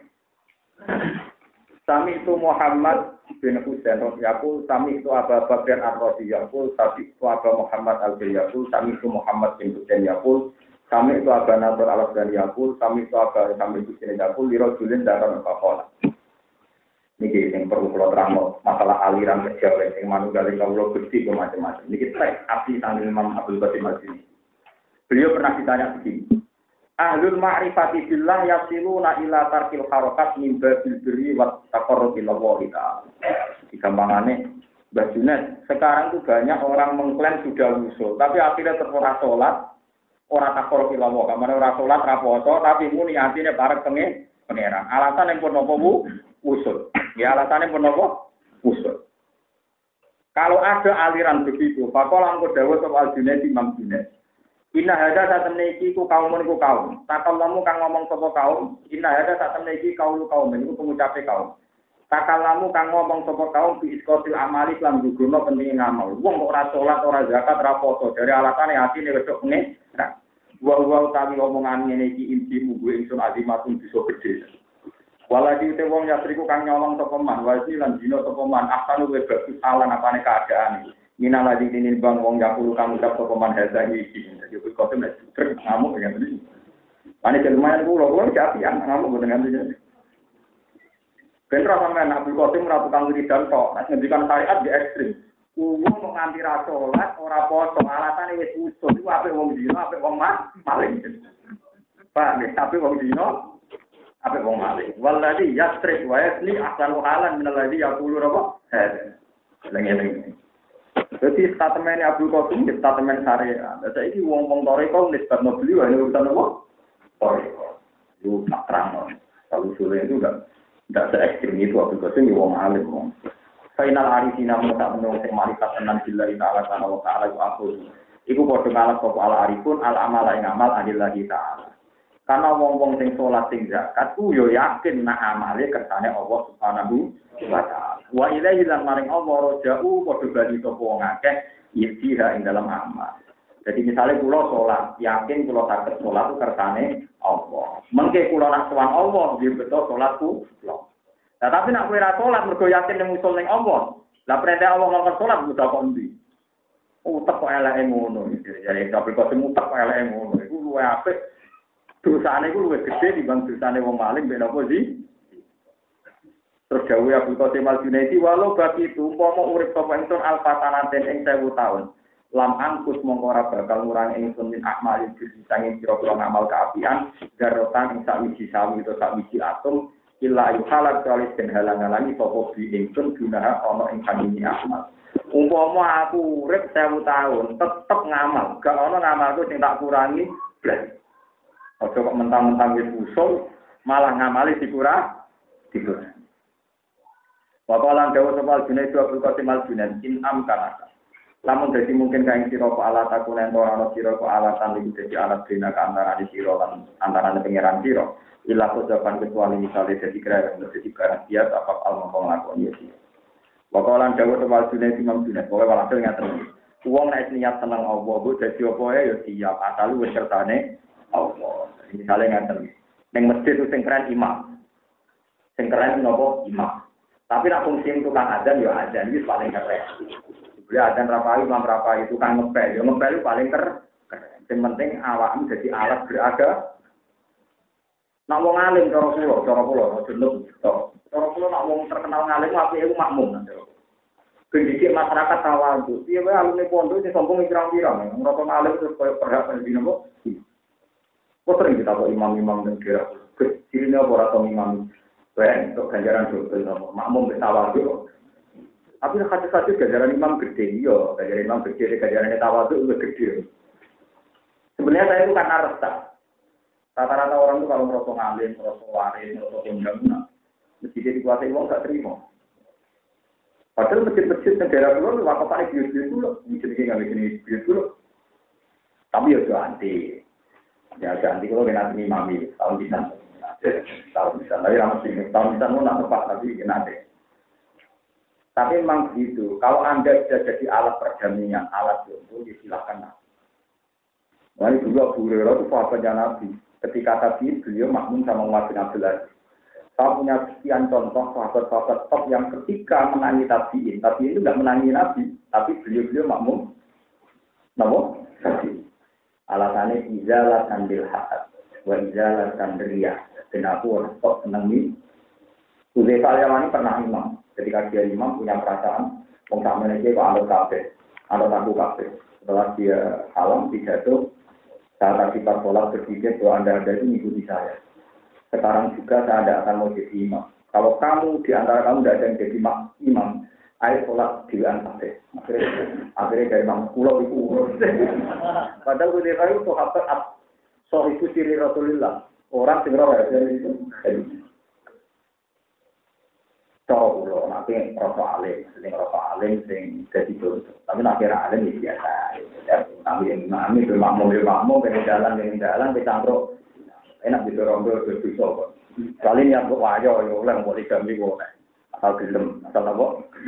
Sami itu Muhammad bin Husain radhiyallahu sami itu Abu Bakar ar-radhiyallahu sami itu Abu Muhammad al-Bayyaqul sami itu Muhammad bin Husain yaqul sami itu Abu Nadir al-Asdani yaqul sami itu Abu Sami Husain yaqul lirajulin daran faqala. Niki sing perlu kula terangno masalah aliran kejawen sing manunggaling kawula Gusti macam-macam. Niki tek api tanggung Imam Abdul Qasim Al-Jilani. Beliau pernah ditanya begini. Ahlul ma'rifati billah yasiluna ila tarkil harakat min babil birri wa taqarrub ila Allah ta'ala. Digampangane Mbah Junet, sekarang tuh banyak orang mengklaim sudah usul, tapi akhirnya terpora salat, ora taqarrub ila Allah, kamane ora salat, ora poso, tapi muni atine bareng pangeran. Alasan yang pun apa usul. Ya alasannya pun apa? Usul. Kalau ada aliran begitu, faqala angko dawuh sapa Al-Junaid Imam Junaid. Inna hadza satamne iki ku kaum. Takallamu kang ngomong sapa kaum. Inna hadza satamne iki kaum iku pengucape kaum. Takallamu kang ngomong sapa kaum bi iskotil amali lan gugono penting ngamal. Wong kok ora salat, ora zakat, ora poso, dari alasane atine wedok pengen. Wa utawi omongan ngene iki inti mugo ingsun azimatun bisa gedhe. Waladi te wong yatriku kang nyolong sapa man, wasi lan dina sapa man, asanu we bagus alan apane keadaan iki. Mina lagi dinin bang wong yakulu kamu dapat pemain haza iki. Jadi kau tu nak cek ngamuk dengan ini. Mana lumayan pulau jadi yang ngamuk dengan ini. Bentra sama Nabi Qasim ratu kang wiridan tok, nek ngendikan syariat di ekstrim. Wong mau nganti ra salat ora poso, alatane wis usul. Iku apik wong dina, apik wong maling. Pak, nek apik wong dina, apik wong maling. Wallahi yastrik wa yasli ahsanu halan min alladhi yaqulu rabba. Lengen-lengen. Jadi statemen Abdul Qasim itu statemen syariat. Jadi ini wong-wong toreko nisbatno beliau ini urusan apa? Toreko. Itu tak terang. Kalau usulnya itu tidak se-ekstrim itu Abdul Qasim itu wong alim. Final arifina tak menurut marikat tenan billahi ta'ala kana wa ta'ala itu aku. Iku padha ngalap sapa ala arifun al amala ing amal adillahi ta'ala. Karena wong-wong sing salat sing zakat ku yo yakin nak amale kersane Allah Subhanahu wa taala. Wa ilaihi lan maring Allah raja'u padha bali sapa wong akeh yitiha ing dalam amal. Jadi misalnya kula sholat, yakin kula saged sholat itu kersane Allah. Mengke kula nak sowan Allah, nggih betul sholatku kula. Nah, tapi nak kowe ra sholat mergo yakin ning usul ning Allah. Lah perintah Allah ngongkon sholat kudu kok ndi? Utek kok eleke ngono. Jadi kabeh kok utek kok eleke ngono. Iku luwe apik. Dosane iku luwih gedhe dibanding dosane wong maling ben apa sih? Terus dawuh Abdul Qasim Al-Junaidi walau bagi itu umpama urip sapa ingsun alfatanaten ing 1000 taun. Lam angkus mongko ora bakal ngurang ingsun min akmal disanging pira-pira ngamal kaapian garotan ing sawiji sawi utawa sawiji atom illa yuhalak kalis den halang-halangi sapa bi ingsun gunaha ana ing kandhine amal. Umpama aku urip 1000 taun tetep ngamal, gak ana ngamalku sing tak kurangi blas. Aja kok mentang-mentang wis usul malah ngamali dikurang. Wapalan dawa sapa Junaid Abdul Qasim Al-Junaid in amkanaka. Lamun dadi mungkin kaing sira kok alat aku nek ora ana sira kok alatan iki dadi alat dina antarané sira lan antarané pangeran sira. Ila kojaban kecuali misale dadi kira dadi barang dia apa al-mongkon lakoni iki. Wapalan dawa sapa Junaid Imam Junaid pokoke walhasil ngaten. Wong nek niat seneng Allah kok dadi apa ya siap asal wis sertane Allah. Misale ngaten. Ning masjid sing keren imam. Sing keren napa imam. Tapi nak fungsi tukang adzan ya adzan iki paling keren. Beliau adzan rapai, imam rapai itu kan ngepel. Ya ngepel itu paling keren. Yang penting awakmu jadi alat berada. Nak wong alim cara kula, jeneng to. Cara kula nak wong terkenal ngalim apike iku makmum. Pendidik masyarakat tawadhu. Piye wae alumni pondok sing sombong pirang-pirang. Ngrasa ngalim terus koyo perhak dina kok. Kok sering ditakok imam-imam dan kira. Cirine apa ora tau imam. Ben, untuk ganjaran double, makmum bertawadhu. Tapi hadis-hadis ganjaran imam gede, yo, ganjaran imam gede, ganjaran tawadhu itu gede. Sebenarnya saya itu karena resah. Rata-rata orang itu kalau merasa ngalim, merasa waris, merasa kondang, masjid dikuasai uang nggak terima. Padahal masjid-masjid negara dulu, waktu paling bius-bius dulu, masjid ini nggak bikin bius dulu. Tapi ya ganti. Ya ganti kalau kena imami tahun bisa. Tahun bisa, tapi ramah sini. Tahun bisa nak tepat, tapi nanti. Tapi memang begitu. Kalau Anda sudah jadi alat perdamaian, alat jodoh, ya silakan. Nah, ini juga Abu Hurairah itu sahabatnya Nabi. Ketika tadi beliau makmum sama Umar bin Abdul Aziz. Saya punya sekian contoh sahabat-sahabat top yang ketika menangi tabiin. Tabiin itu tidak menangi Nabi, tapi beliau makmum. Namun, alasannya izalah sambil hakat, wa izalah sambil riyah. Dan aku kok senang ini. Hudzaifah Al-Yamani pernah imam. Ketika dia imam punya perasaan, wong sak meniki kok anut kabeh, anut aku kabeh. Setelah dia salam pidato, saat tadi pas sholat berpikir bahwa anda itu mengikuti saya. Sekarang juga saya tidak akan mau jadi imam. Kalau kamu di antara kamu tidak ada yang jadi imam, ayo sholat di kabeh. Akhirnya dari imam pulau itu urus. Padahal Hudzaifah itu sahabat itu siri Rasulullah. Orang sing ora dari itu. Tahu loh, nanti rasa alim, sing jadi dosa. Tapi nanti alim itu biasa. Tapi imami bermakmum, pengen jalan, dicangkruk. Enak didorong dosa kok. Kali yang kok wayo, oleh poligami kok. Asal gelem, asal apa?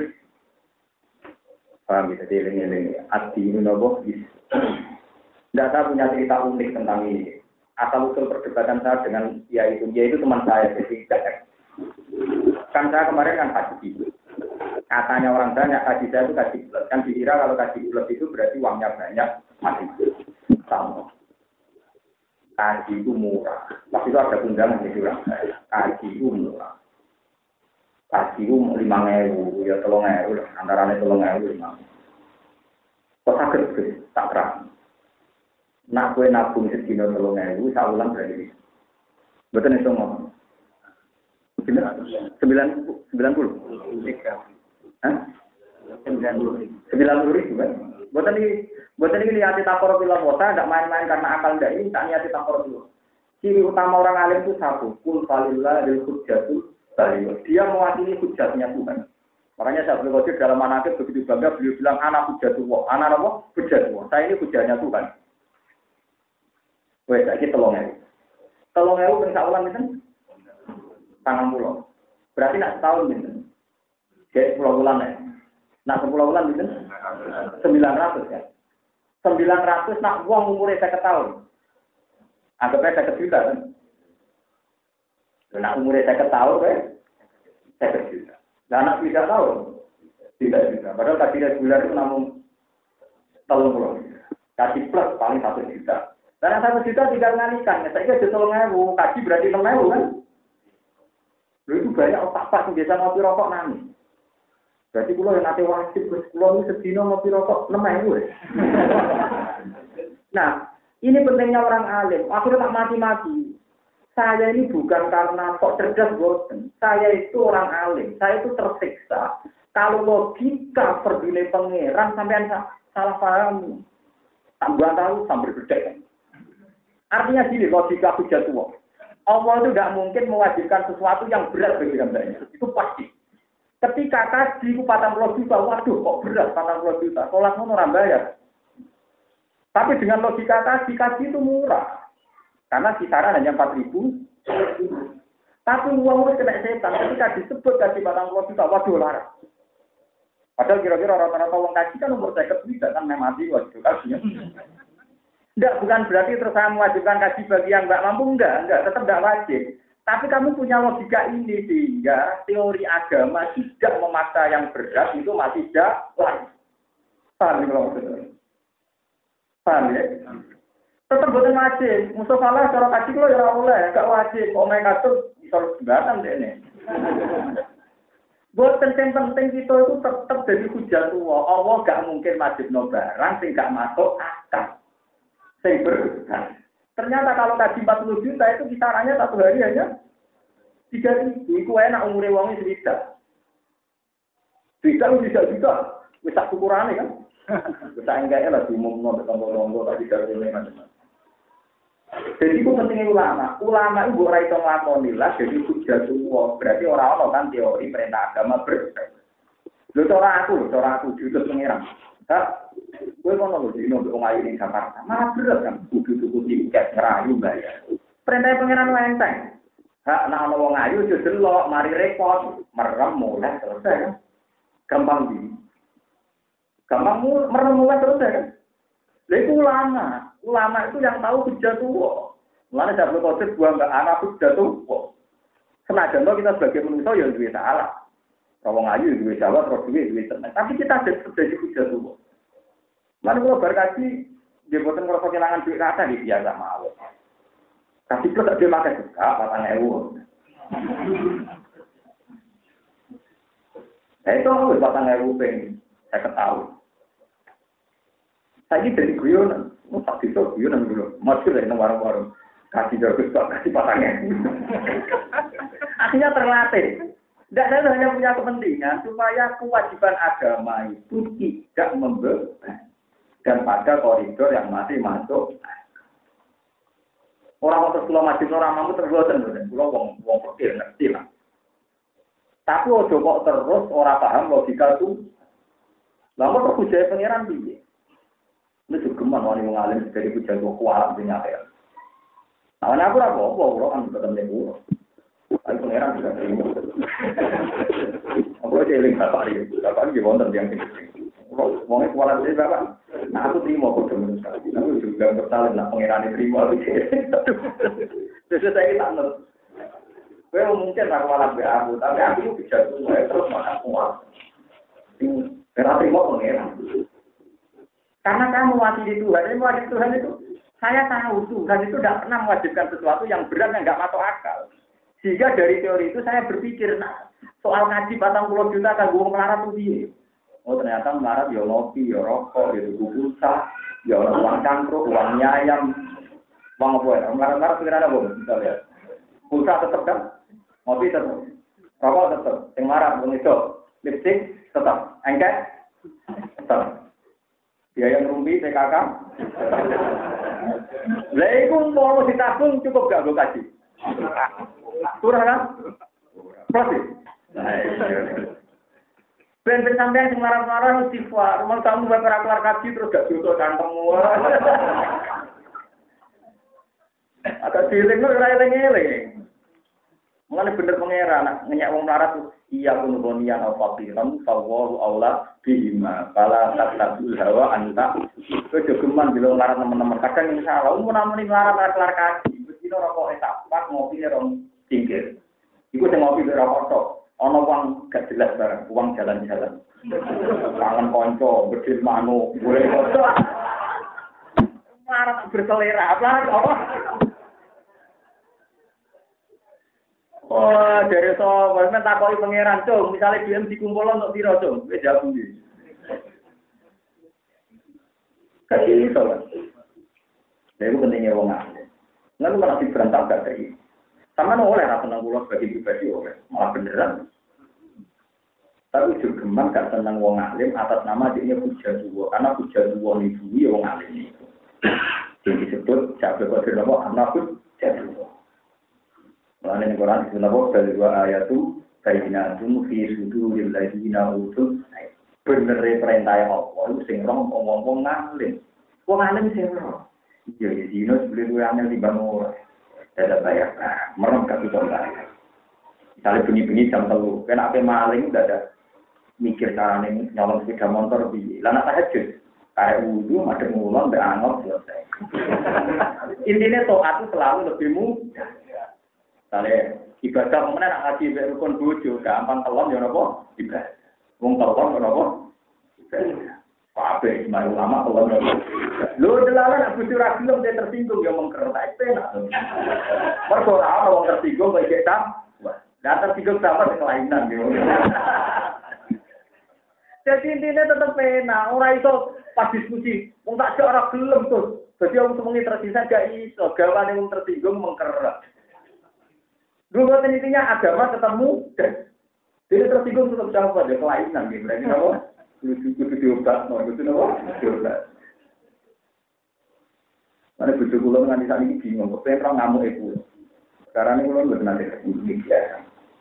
Paham bisa dieling-eling. Adi ini apa? Tidak, saya punya cerita unik tentang ini. Asal usul perdebatan saya dengan dia itu teman saya, jadi tidak. Kan saya kemarin kan haji. Katanya orang banyak haji saya itu haji bulat. Kan dikira kalau haji bulat itu berarti uangnya banyak, mati. Sama. Haji itu murah. Tapi itu ada undangan di orang saya. Haji itu murah. Haji itu 5.000, ya 3.000, antaranya 3.000, 5.000. Kok sakit, tak terang. Nak kue nabung sedina 3.000, saulan berarti. Betul itu ngomong. 90. Hah? 90 ribu kan? Buatan ini niati takor bila bota, tidak main-main karena akal tidak ini, tak niati takor dulu. Ciri utama orang alim itu satu, kul falillah lil hujjatul baligh. Dia mewakili hujjatnya Tuhan. Makanya saya beliau dalam manaqib begitu bangga beliau bilang anak hujjatullah. Anak apa? Hujjatullah. Saya ini hujjatnya Tuhan. Wes saiki 3.000. 3.000 ping saulan pinten? 90. Berarti nak setahun pinten? Jadi 10 bulan ya. Nak 10 bulan pinten? 900 kan. 900 nak wong umure 50 tahun. Anggap aja 50 juta kan. Nak umure 50 tahun kan 50 juta. Lah anak 3 tahun 3 juta. Padahal tadi reguler itu namun 30. Kasih plus paling 1 juta. Karena 1 juta tidak nganikan. Saya kira 3.000, kaji berarti 6.000 kan. Lalu itu banyak otak pas yang biasa ngopi rokok nangis. Berarti kalau yang nanti wajib, kalau ini sedino ngopi rokok 6.000 ya. Nah, ini pentingnya orang alim. Akhirnya tak mati-mati. Saya ini bukan karena kok cerdas boten. Saya itu orang alim. Saya itu tersiksa. Kalau logika perdune pangeran sampean salah paham. Tambah tahu sambil berdek. Artinya gini, logika hujatullah. Allah itu tidak mungkin mewajibkan sesuatu yang berat bagi hambanya. Itu pasti. Ketika kaji ku 40 juta, waduh kok berat 40 juta. Sholat pun orang bayar. Tapi dengan logika kaji itu murah. Karena kisaran hanya 4.000. Tapi uang itu kena setan. Ketika disebut kaji 40 juta, waduh larang. Padahal kira-kira rata-rata uang kaji kan umur 50 juta kan memang mati wajib kajinya. Enggak, bukan berarti terus saya mewajibkan kaji bagi yang enggak mampu, enggak, tetap enggak wajib. Tapi kamu punya logika ini sehingga teori agama tidak memaksa yang berat itu masih jalan. Paham ya kalau maksudnya? Paham ya? Tetap bukan wajib. Mustafa lah cara kaji kalau ya oleh, enggak wajib. Kok mereka tuh bisa sebatan deh ini. Buat penting-penting kita itu tetap jadi hujatullah. Allah enggak mungkin wajib no barang sehingga masuk akal. Ternyata kalau tadi 40 juta itu kisarannya satu hari hanya 3.000. Itu enak umurnya wongnya cerita. Cerita lu bisa juga. Bisa ukurannya kan. Bisa enggaknya lah diumum bertambah-tambah tadi dari ini macam-macam. Jadi itu pentingnya ulama. Ulama itu bukan itu ngelakonilah jadi hujatullah. Berarti orang-orang kan teori perintah agama berbeda. Lu cara aku judul pengiran. Gue mau nunggu di nunggu ngayu di Jakarta, malah berat kan, kudu tiket ngerayu bayar. Perintah pengiran lenteng, hak nak nongol ngayu justru lo mari repot, merem mulai selesai kan, gampang merem mulai selesai kan. Lalu ulama itu yang tahu hujatullah. Mulanya Syaikhul Qadir gua nggak anak hujatullah. Senajan kita sebagai manusia yang duwe salah. Kalau ngayu duwe jawab, terus duwe tenang. Tapi kita jadi hujatullah. Lalu kalau berkaji, dia buatan kalau kehilangan duit kata di biasa mau. Kasih plus dia makan juga, 4.000. Itu harus 4.000 pengen. Saya ketahui. Saya ini dari guyonan, tak bisa guyonan dulu. Masuk dari warung-warung. Kasih bagus kok, kasih 4.000. Akhirnya terlatih. Tidak, saya hanya punya kepentingan supaya kewajiban agama itu tidak membeban dan pada koridor yang masih masuk. Orang waktu sekolah masih orang mampu tergoten, pulau wong pikir ngerti lah. Tapi ojo kok terus orang paham logika itu. Lalu terus hujai pengiran piye? Ini sugeman wani mengalim dari hujai itu kualat punya ya. Nah, aku apa kan ketemu aku pengiran juga terima. Aku aja eling bapak ini wonten yang penting. Wongnya kualat saya bapak. Nah aku terima kok temen sekali. Aku juga bersalin nak pengiran terima. Terus saya tak ngerti. Well mungkin aku malah aku, tapi aku bisa terus makan kuat. Karena terima pengiran. Karena kamu mewakili Tuhan itu, saya tahu Tuhan itu tidak pernah mewajibkan sesuatu yang berat yang nggak masuk akal. Sehingga dari teori itu saya berpikir, nah, soal ngaji 40 juta kan gue melarat tuh dia. Oh ternyata melarat ya ngopi, ya rokok, ya tuku pulsa, ya uang cangkruk, uang nyayam, uang apa ya? Melarat pikiran apa? Kita lihat. Pulsa tetap kan? Ngopi tetap. Rokok tetap. Yang melarat pun itu. Lipstick tetap. Engkek tetap. Biaya ngerumpi, PKK tetap. Lah itu mau ditabung cukup gak gue kaji? Kurang kan? Proses. Ben sampean sing marah-marah istighfar. Mau kamu ora keluar kaji terus gak juto kantongmu. Agak cilik ora eling-eling. Mulane bener pangeran ngenyak wong melarat iya kunubonian al faqiran fallahu aula bihima fala tatabul hawa anta Kowe jogeman bilang larat teman-teman. Kadang yang salah, namun larat kelar kaji. Mesti rokok etapak ngopi rong cingkir. Iku sing ngopi rokok tok. Ana uang gak jelas barang, uang jalan-jalan. Kangen konco, bedil manuk, boleh konco. Larat berselera, apa? Oh, dari so, kalau takoki pangeran, Cung, misalnya dia dikumpul untuk piro, Cung? Wis jawab iki. Kayak iso kan. Lha iku pentingnya wong alim. Nang malah diberantak gak iki. Sampeyan oleh ra seneng kula sebagai pribadi oleh, malah beneran. Tapi juga geman gak seneng wong alim atas nama dia puja dua, karena puja dua ini bumi wong alim itu. Yang disebut Syabda Qadir nama anak puja dua. Mulane ning Quran disebut dari dua ayat itu bayyinatun fi suduril ladzina utul. Bener perintah Allah itu sing rong ngomong ngalim. Wong alim sing rong. Ya dino sebelum gue ambil di bangun. Ada bayar. Merem kasih contoh. Misalnya bunyi-bunyi jam 3. Kan apa maling udah ada mikir caranya nyolong sepeda motor di lana tahajud. Kayak wudu madhep ngulon mbek angop selesai. Intinya taat itu selalu lebih mudah. Misalnya ibadah kemudian nak ngaji mbek rukun bojo gampang kelon ya napa? Ibadah. Wong tawon ora apa? Kabeh semua ulama kalau lho delalah nak bojo ra gelem dia tersinggung ya mengker tak penak. Mergo ora ana wong tersinggung kok iki tak. Lah tersinggung sama kelainan yo. Jadi intinya tetap penak, ora iso pas diskusi. Wong tak ora gelem tuh. Dadi wong semengi tersisa gak iso gawane wong tersinggung mengker. Dulu intinya agama ketemu dan jadi tersinggung tetap jawab ada kelainan gitu. Berarti apa? Lucu-lucu diobat, mau itu apa? Diobat. Mana bujuk kulo nganti saat ini bingung. Kok pengen ngamuk ibu. Sekarang ini kulo nggak nanti kesini ya.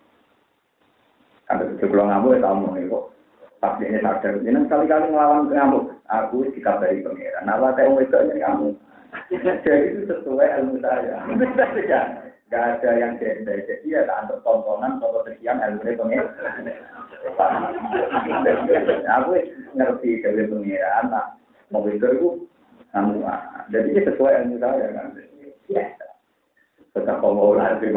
Ada bujuk kulo ngamuk ya tamu nih kok. Pas dia sadar, ini sekali-kali ngelawan ngamuk. Aku dikabari pangeran. Apa saya mau itu aja ngamuk. Jadi itu sesuai ilmu saya. Gak ada yang jadi ya tak untuk tontonan atau sekian ilmu pengiran. Aku ngerti dari pengiran, mau itu kamu. Jadi ini sesuai ilmu saya kan. Ya, tetap pemula sih.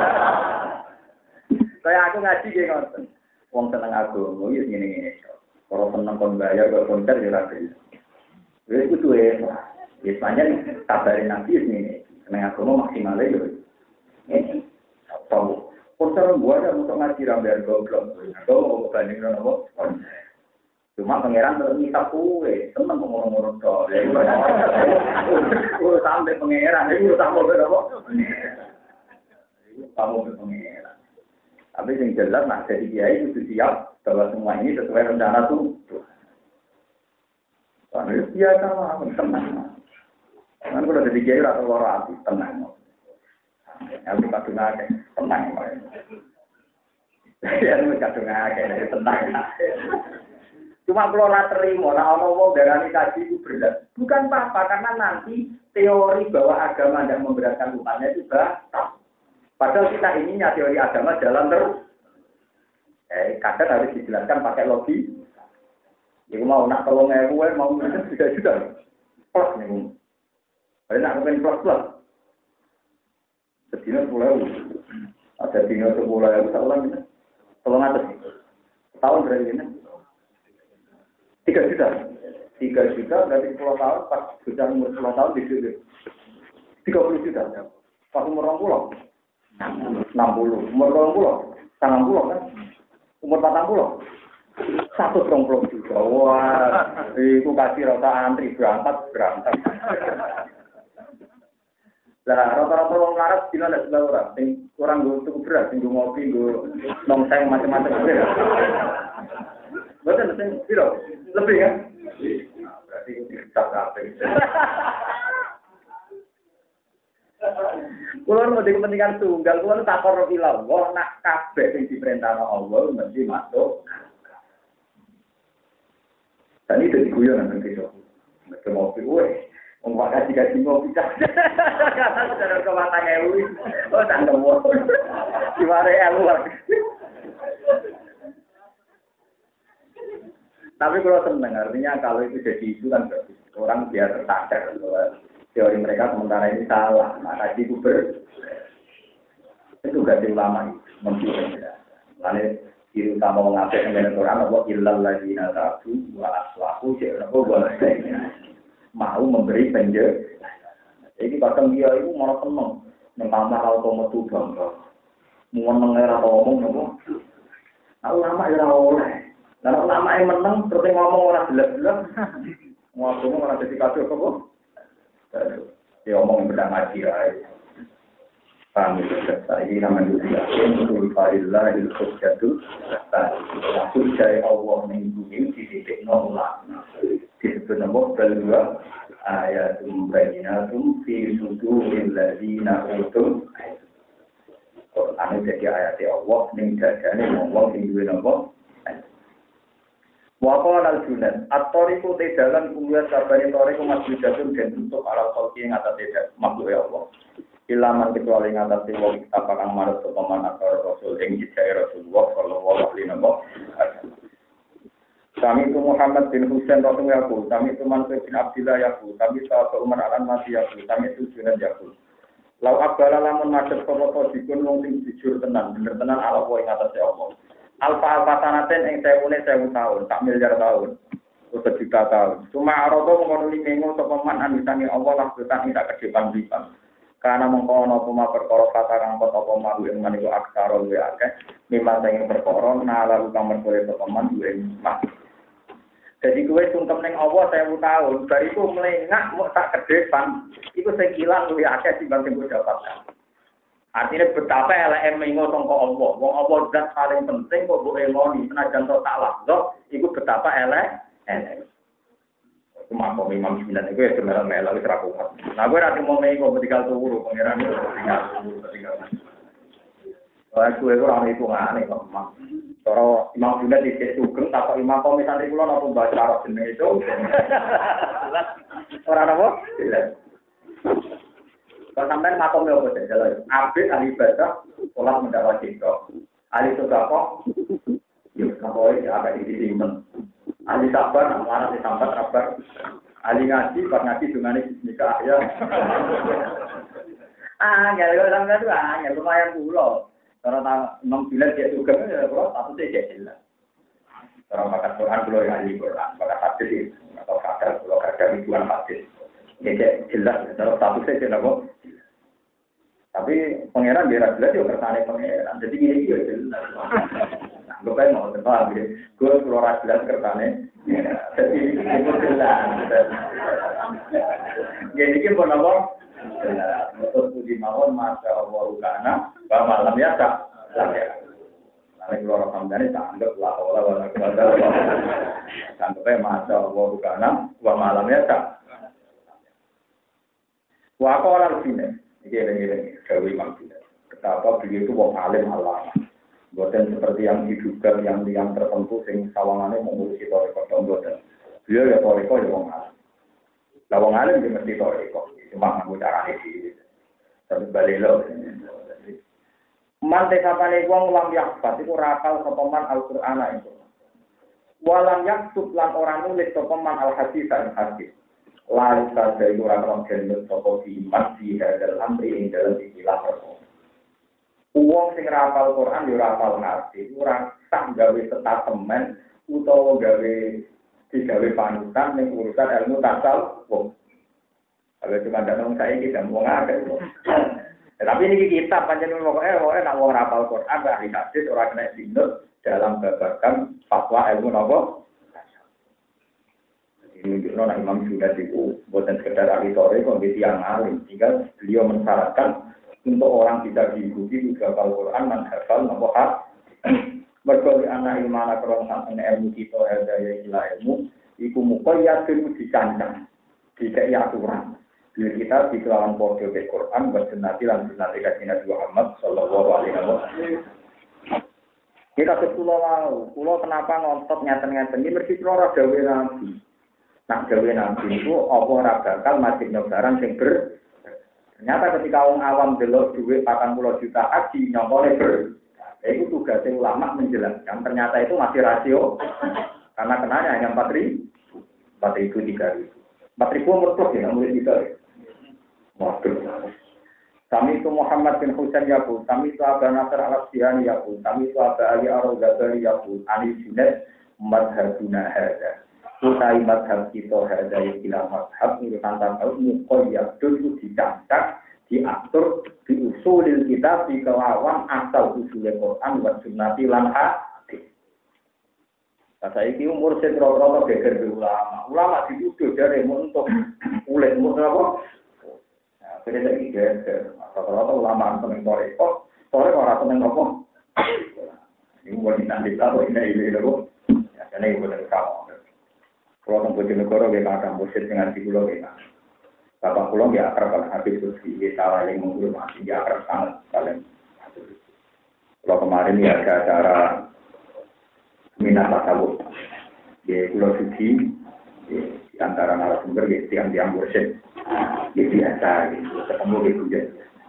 Kayak aku ngaji kayak nonton. Wong seneng aku, mau gini. Kalau seneng kon bayar, kalau konser ya rapi. Jadi itu tuh biasanya kabarin nabi ini. Seneng aku mau maksimalnya gitu. Ini tahu konser gua ada untuk ngaji rambiar goblok atau mau banding nopo cuma pangeran terus minta kue teman ngomong-ngomong toh sampai pangeran itu sama berapa kamu berpangeran tapi yang jelas nak jadi kiai itu siap bahwa semua ini sesuai rencana tuh karena biasa lah tenang kan kalau jadi kiai rata luar hati tenang. Aku kadung akeh, tenang wae. Ya, aku kadung akeh, tenang. Cuma kalau ora terima, ora ana wong darani kaji itu berat. Bukan apa-apa, karena nanti teori bahwa agama tidak memberatkan umatnya itu batal. Padahal kita ininya teori agama jalan terus. Kadang harus dijelaskan pakai logika. Iku mau nak 3.000 mau juta. Plus nih. Ada nak kepen plus. Sedina 10.000. Ada dina 10.000 tahun ini. Tolong atas. Tahun berapa ini? 3 juta. 3 juta berarti 10 tahun. Pas sudah umur 10 tahun di situ. 30 juta. Pas umur 60. 60. Umur 20. 90 kan? Umur 40. 120 juta. Wah, itu kasih rata antri berangkat. Lah rata-rata wong larat dina ndak sebelah ora. Sing kurang nggo cukup beras, sing ngopi, nggo nongseng macam-macam. Betul sing piro? Lebih kan? Berarti kita kabeh. Kulo mau kepentingan tunggal, kulo tak karo ilang. Wah nak kabeh sing diperintahno Allah mesti masuk. Dan itu diguyon nang kene. Nek mau piye? Umpah kasih ngopi cah. Kata cara kemana ngewi. Oh tak nemu. Gimana elu lagi. Tapi kalau seneng artinya kalau itu jadi isu kan bagus. Kalau orang biar tersadar bahwa teori mereka sementara ini salah. Nah, tadi itu gak ulama itu membuat. Lalu ciri utama mengapa dengan Quran bahwa illal ladzina tabu wa aslahu mau memberi penjelasan. Jadi kadang dia itu malah seneng nentang auto metu bangga. Mau mengira ngomong nopo. Nah, ulama ya oleh. Lah ulama yang menang terus ngomong ora jelas-jelas. Ngomong ora dadi kado apa? Dia ngomong beda ngaji ae. Paham ya? Ini namanya Yusuf Farillah il-Khujjatu Rasul Jaya Allah mengikuti di titik nolak disebut nama kedua ayatum bayinatum fi suduril ladina utum Quran jadi ayat Allah yang dadane ngomong yang duwe nama Waqal al-Junan at-tariqu dalan kuliah sabane tariqu masjidun dan untuk ala qalbi yang atas tidak makhluk ya Allah ilaman kecuali ngatasi wong kita pakang manut sopaman akar Rasul yang jijai Rasulullah sallallahu alaihi wasallam. Kami itu Muhammad bin Husain Rasulullah Yaku, kami itu Mansur bin Abdillah Yaku, kami sahabat Umar Al-Masih Yaku, kami itu Junan Yaku. Lau abbala lamun masyarakat sopoto dikun wong sing jujur tenan, bener tenan ala wong ngatasi Allah. Alfa sanaten yang sewu tahun, tak miliar tahun, atau juta tahun. Cuma Arabu mengonuli mengo sopaman anisani Allah lah betan tidak kedepan-depan. Karena mengkono puma perkara katakan kota puma yang maniku aksara luwe akeh memang sing perkara lalu kamar boleh peman duwe mak. Jadi kowe sungkem ning Allah 1000 tahun bariku melengak mok tak kedepan iku sing ilang luwe akeh timbang sing dapatkan. Artinya betapa eleke mengo sangka Allah. Wong Allah zat paling penting kok mbok eloni senajan tok salah. Iku betapa elek. Cuma kok Imam Junaid itu ya sebenarnya melak wis ra kuat. Nah, gue nanti mau mengo ketika turu pangeran itu ketika. Wah, gue ora itu ngane kok, Mak. Cara Imam Junaid dhisik sugeng tak Imam kok santri kula napa baca karo jeneng itu. Ora napa? Kalau sampean makom yo kok jalan. Abid ahli ibadah, sholat mendapat cinta. Ahli sedekah, yo sampai ada di timen. Ali sabar, amanah disambat sabar. Ali ngaji, pas ngaji dungane nikah ya. Kalau sampai itu lumayan pulau. Kalau 6 bulan dia juga ya, bro, satu saja jelas. Kalau bakat Quran pulau yang ahli Quran, bakat hadis atau kadar pulau kadar ribuan hadis. Jadi jelas, kalau satu saja nabo. Tapi pangeran dia jelas juga kersane pangeran. Jadi gini juga jelas. Gue pengen mau tebal, gue keluar jelas kertane, jadi itu jelas. Jadi kita mau jelas, betul puji mawon masya Allah rukana, bahwa malam ya tak, nanti keluar sambil tak anggap lah, wala sampai masya Allah rukana, bahwa malam ya tak. Wah kau orang sini, ini Dewi Maksudnya, betapa beliau itu wong alim alama. Bukan seperti yang diduga yang tertentu sing sawangannya mengurusi toreko bukan. Beliau ya toreko ya wong alim. Lah wong alim dia mesti toreko. Cuma nganggo carane iki. Terus balik lo. Man tekapane wong lam yakfat iku rakal sapa man Al-Qur'an itu. Walam yaktub lan ora nulis sapa man al-hadis dan hadis. Lalu saja iku ora ono jeneng sapa iman di hadal amri ing dalam istilah perkara. Uang sing rapal Quran yo rapal ngerti, ora tak gawe statement utawa gawe digawe panutan ning urusan ilmu tasawuf. Kalau cuma ada nong saya kita mau ngake. Tapi ini kita panjenengan pokoknya nak wong rapal Quran ahli hadis ora kena dinut dalam babagan fatwa ilmu napa. Ini menunjukkan Imam Junaid itu bukan sekedar ahli tauhid kok yang alim, sehingga beliau mensyaratkan untuk orang bisa diikuti juga Al-Quran dan hafal nomor berkali anak ilmana kerongsan ilmu kita ada yang gila ilmu iku mukoyat itu dicancang tidak aturan bila kita di kelawan podo ke Quran bersenati dan senati kajian Muhammad Sallallahu Alaihi Wasallam kita pulau kenapa ngontot nyata-nyata ini mesti prora gawe nabi nak gawe nabi itu apa bakal masih barang yang ternyata ketika orang awam delok duit 40 juta haji nyongkone itu tugasnya ulama menjelaskan ternyata itu masih rasio karena kenanya hanya 4.000 3.000. 4.000 mertua ya, murid kita. Waduh. Kami itu Muhammad bin Husain Yaqul, kami itu Abu Nasr al-Asbihani Yaqul, kami itu Abu Ali Ar-Ghazali Yaqul, Ani Junaid madhabuna hadza. Utai madhab kita hadza ikilah madhab urutan tahu muqayyadun itu dicatat, diatur, diusulil kita di kelawan asal usulnya Quran wa sunnati lan hadis. Saya ini umur sedro-sedro geger ulama. Ulama dituduh dari untuk ulet apa? Jadi saya geger. Rata-rata ulama seneng toreko, toreko orang seneng apa? Ini buat nanti atau ini dulu. Ya, ini buat kamu. Kalau tempat di negara kita akan bersih dengan di pulau kita. Bapak pulau dia akrab dengan habis bersih, dia salah yang menghormati, dia akrab sangat kalian. Kalau kemarin ya ada acara minat tasawuf di Pulau Suci, di antara narasumber yang bersih, dia biasa, ketemu di hujan.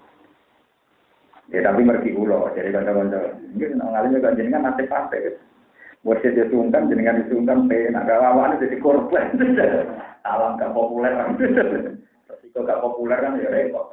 Ya tapi mergi pulau, jadi kata-kata, ini ngalami juga jenengan nasib partai. Bersih disungkan, jenengan disungkan, nak gawawan jadi korban. Alam gak populer, resiko gak populer kan ya repot.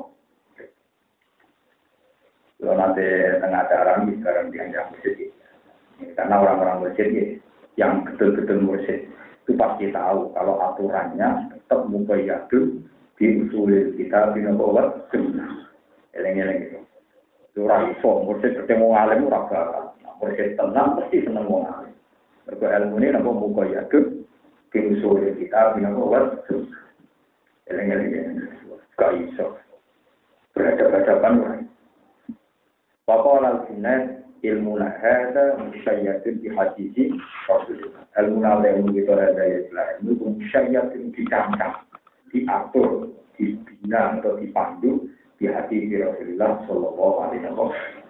Kalau nanti tengah acara ini sekarang yang bersih. Karena orang-orang mursyid yang betul-betul mursyid itu pasti tahu kalau aturannya tetap muqayyadun diusulin kita binawat sunnah. Eleng-eleng itu. Itu raiso mursyid ketemu alim ora bakal. Mursyid tenang pasti seneng wong alim. Mergo ilmune napa muqayyadun diusulin kita binawat sunnah. Eleng-eleng gak iso. Berhadapan-hadapan. Bapak al-Junaid ilmu hadza musyayyadun bi hadisi Rasulullah. Ilmu yang kita ada itu musyayyadun dicampur, diatur, dibina atau dipandu di hati Rasulullah sallallahu alaihi wasallam.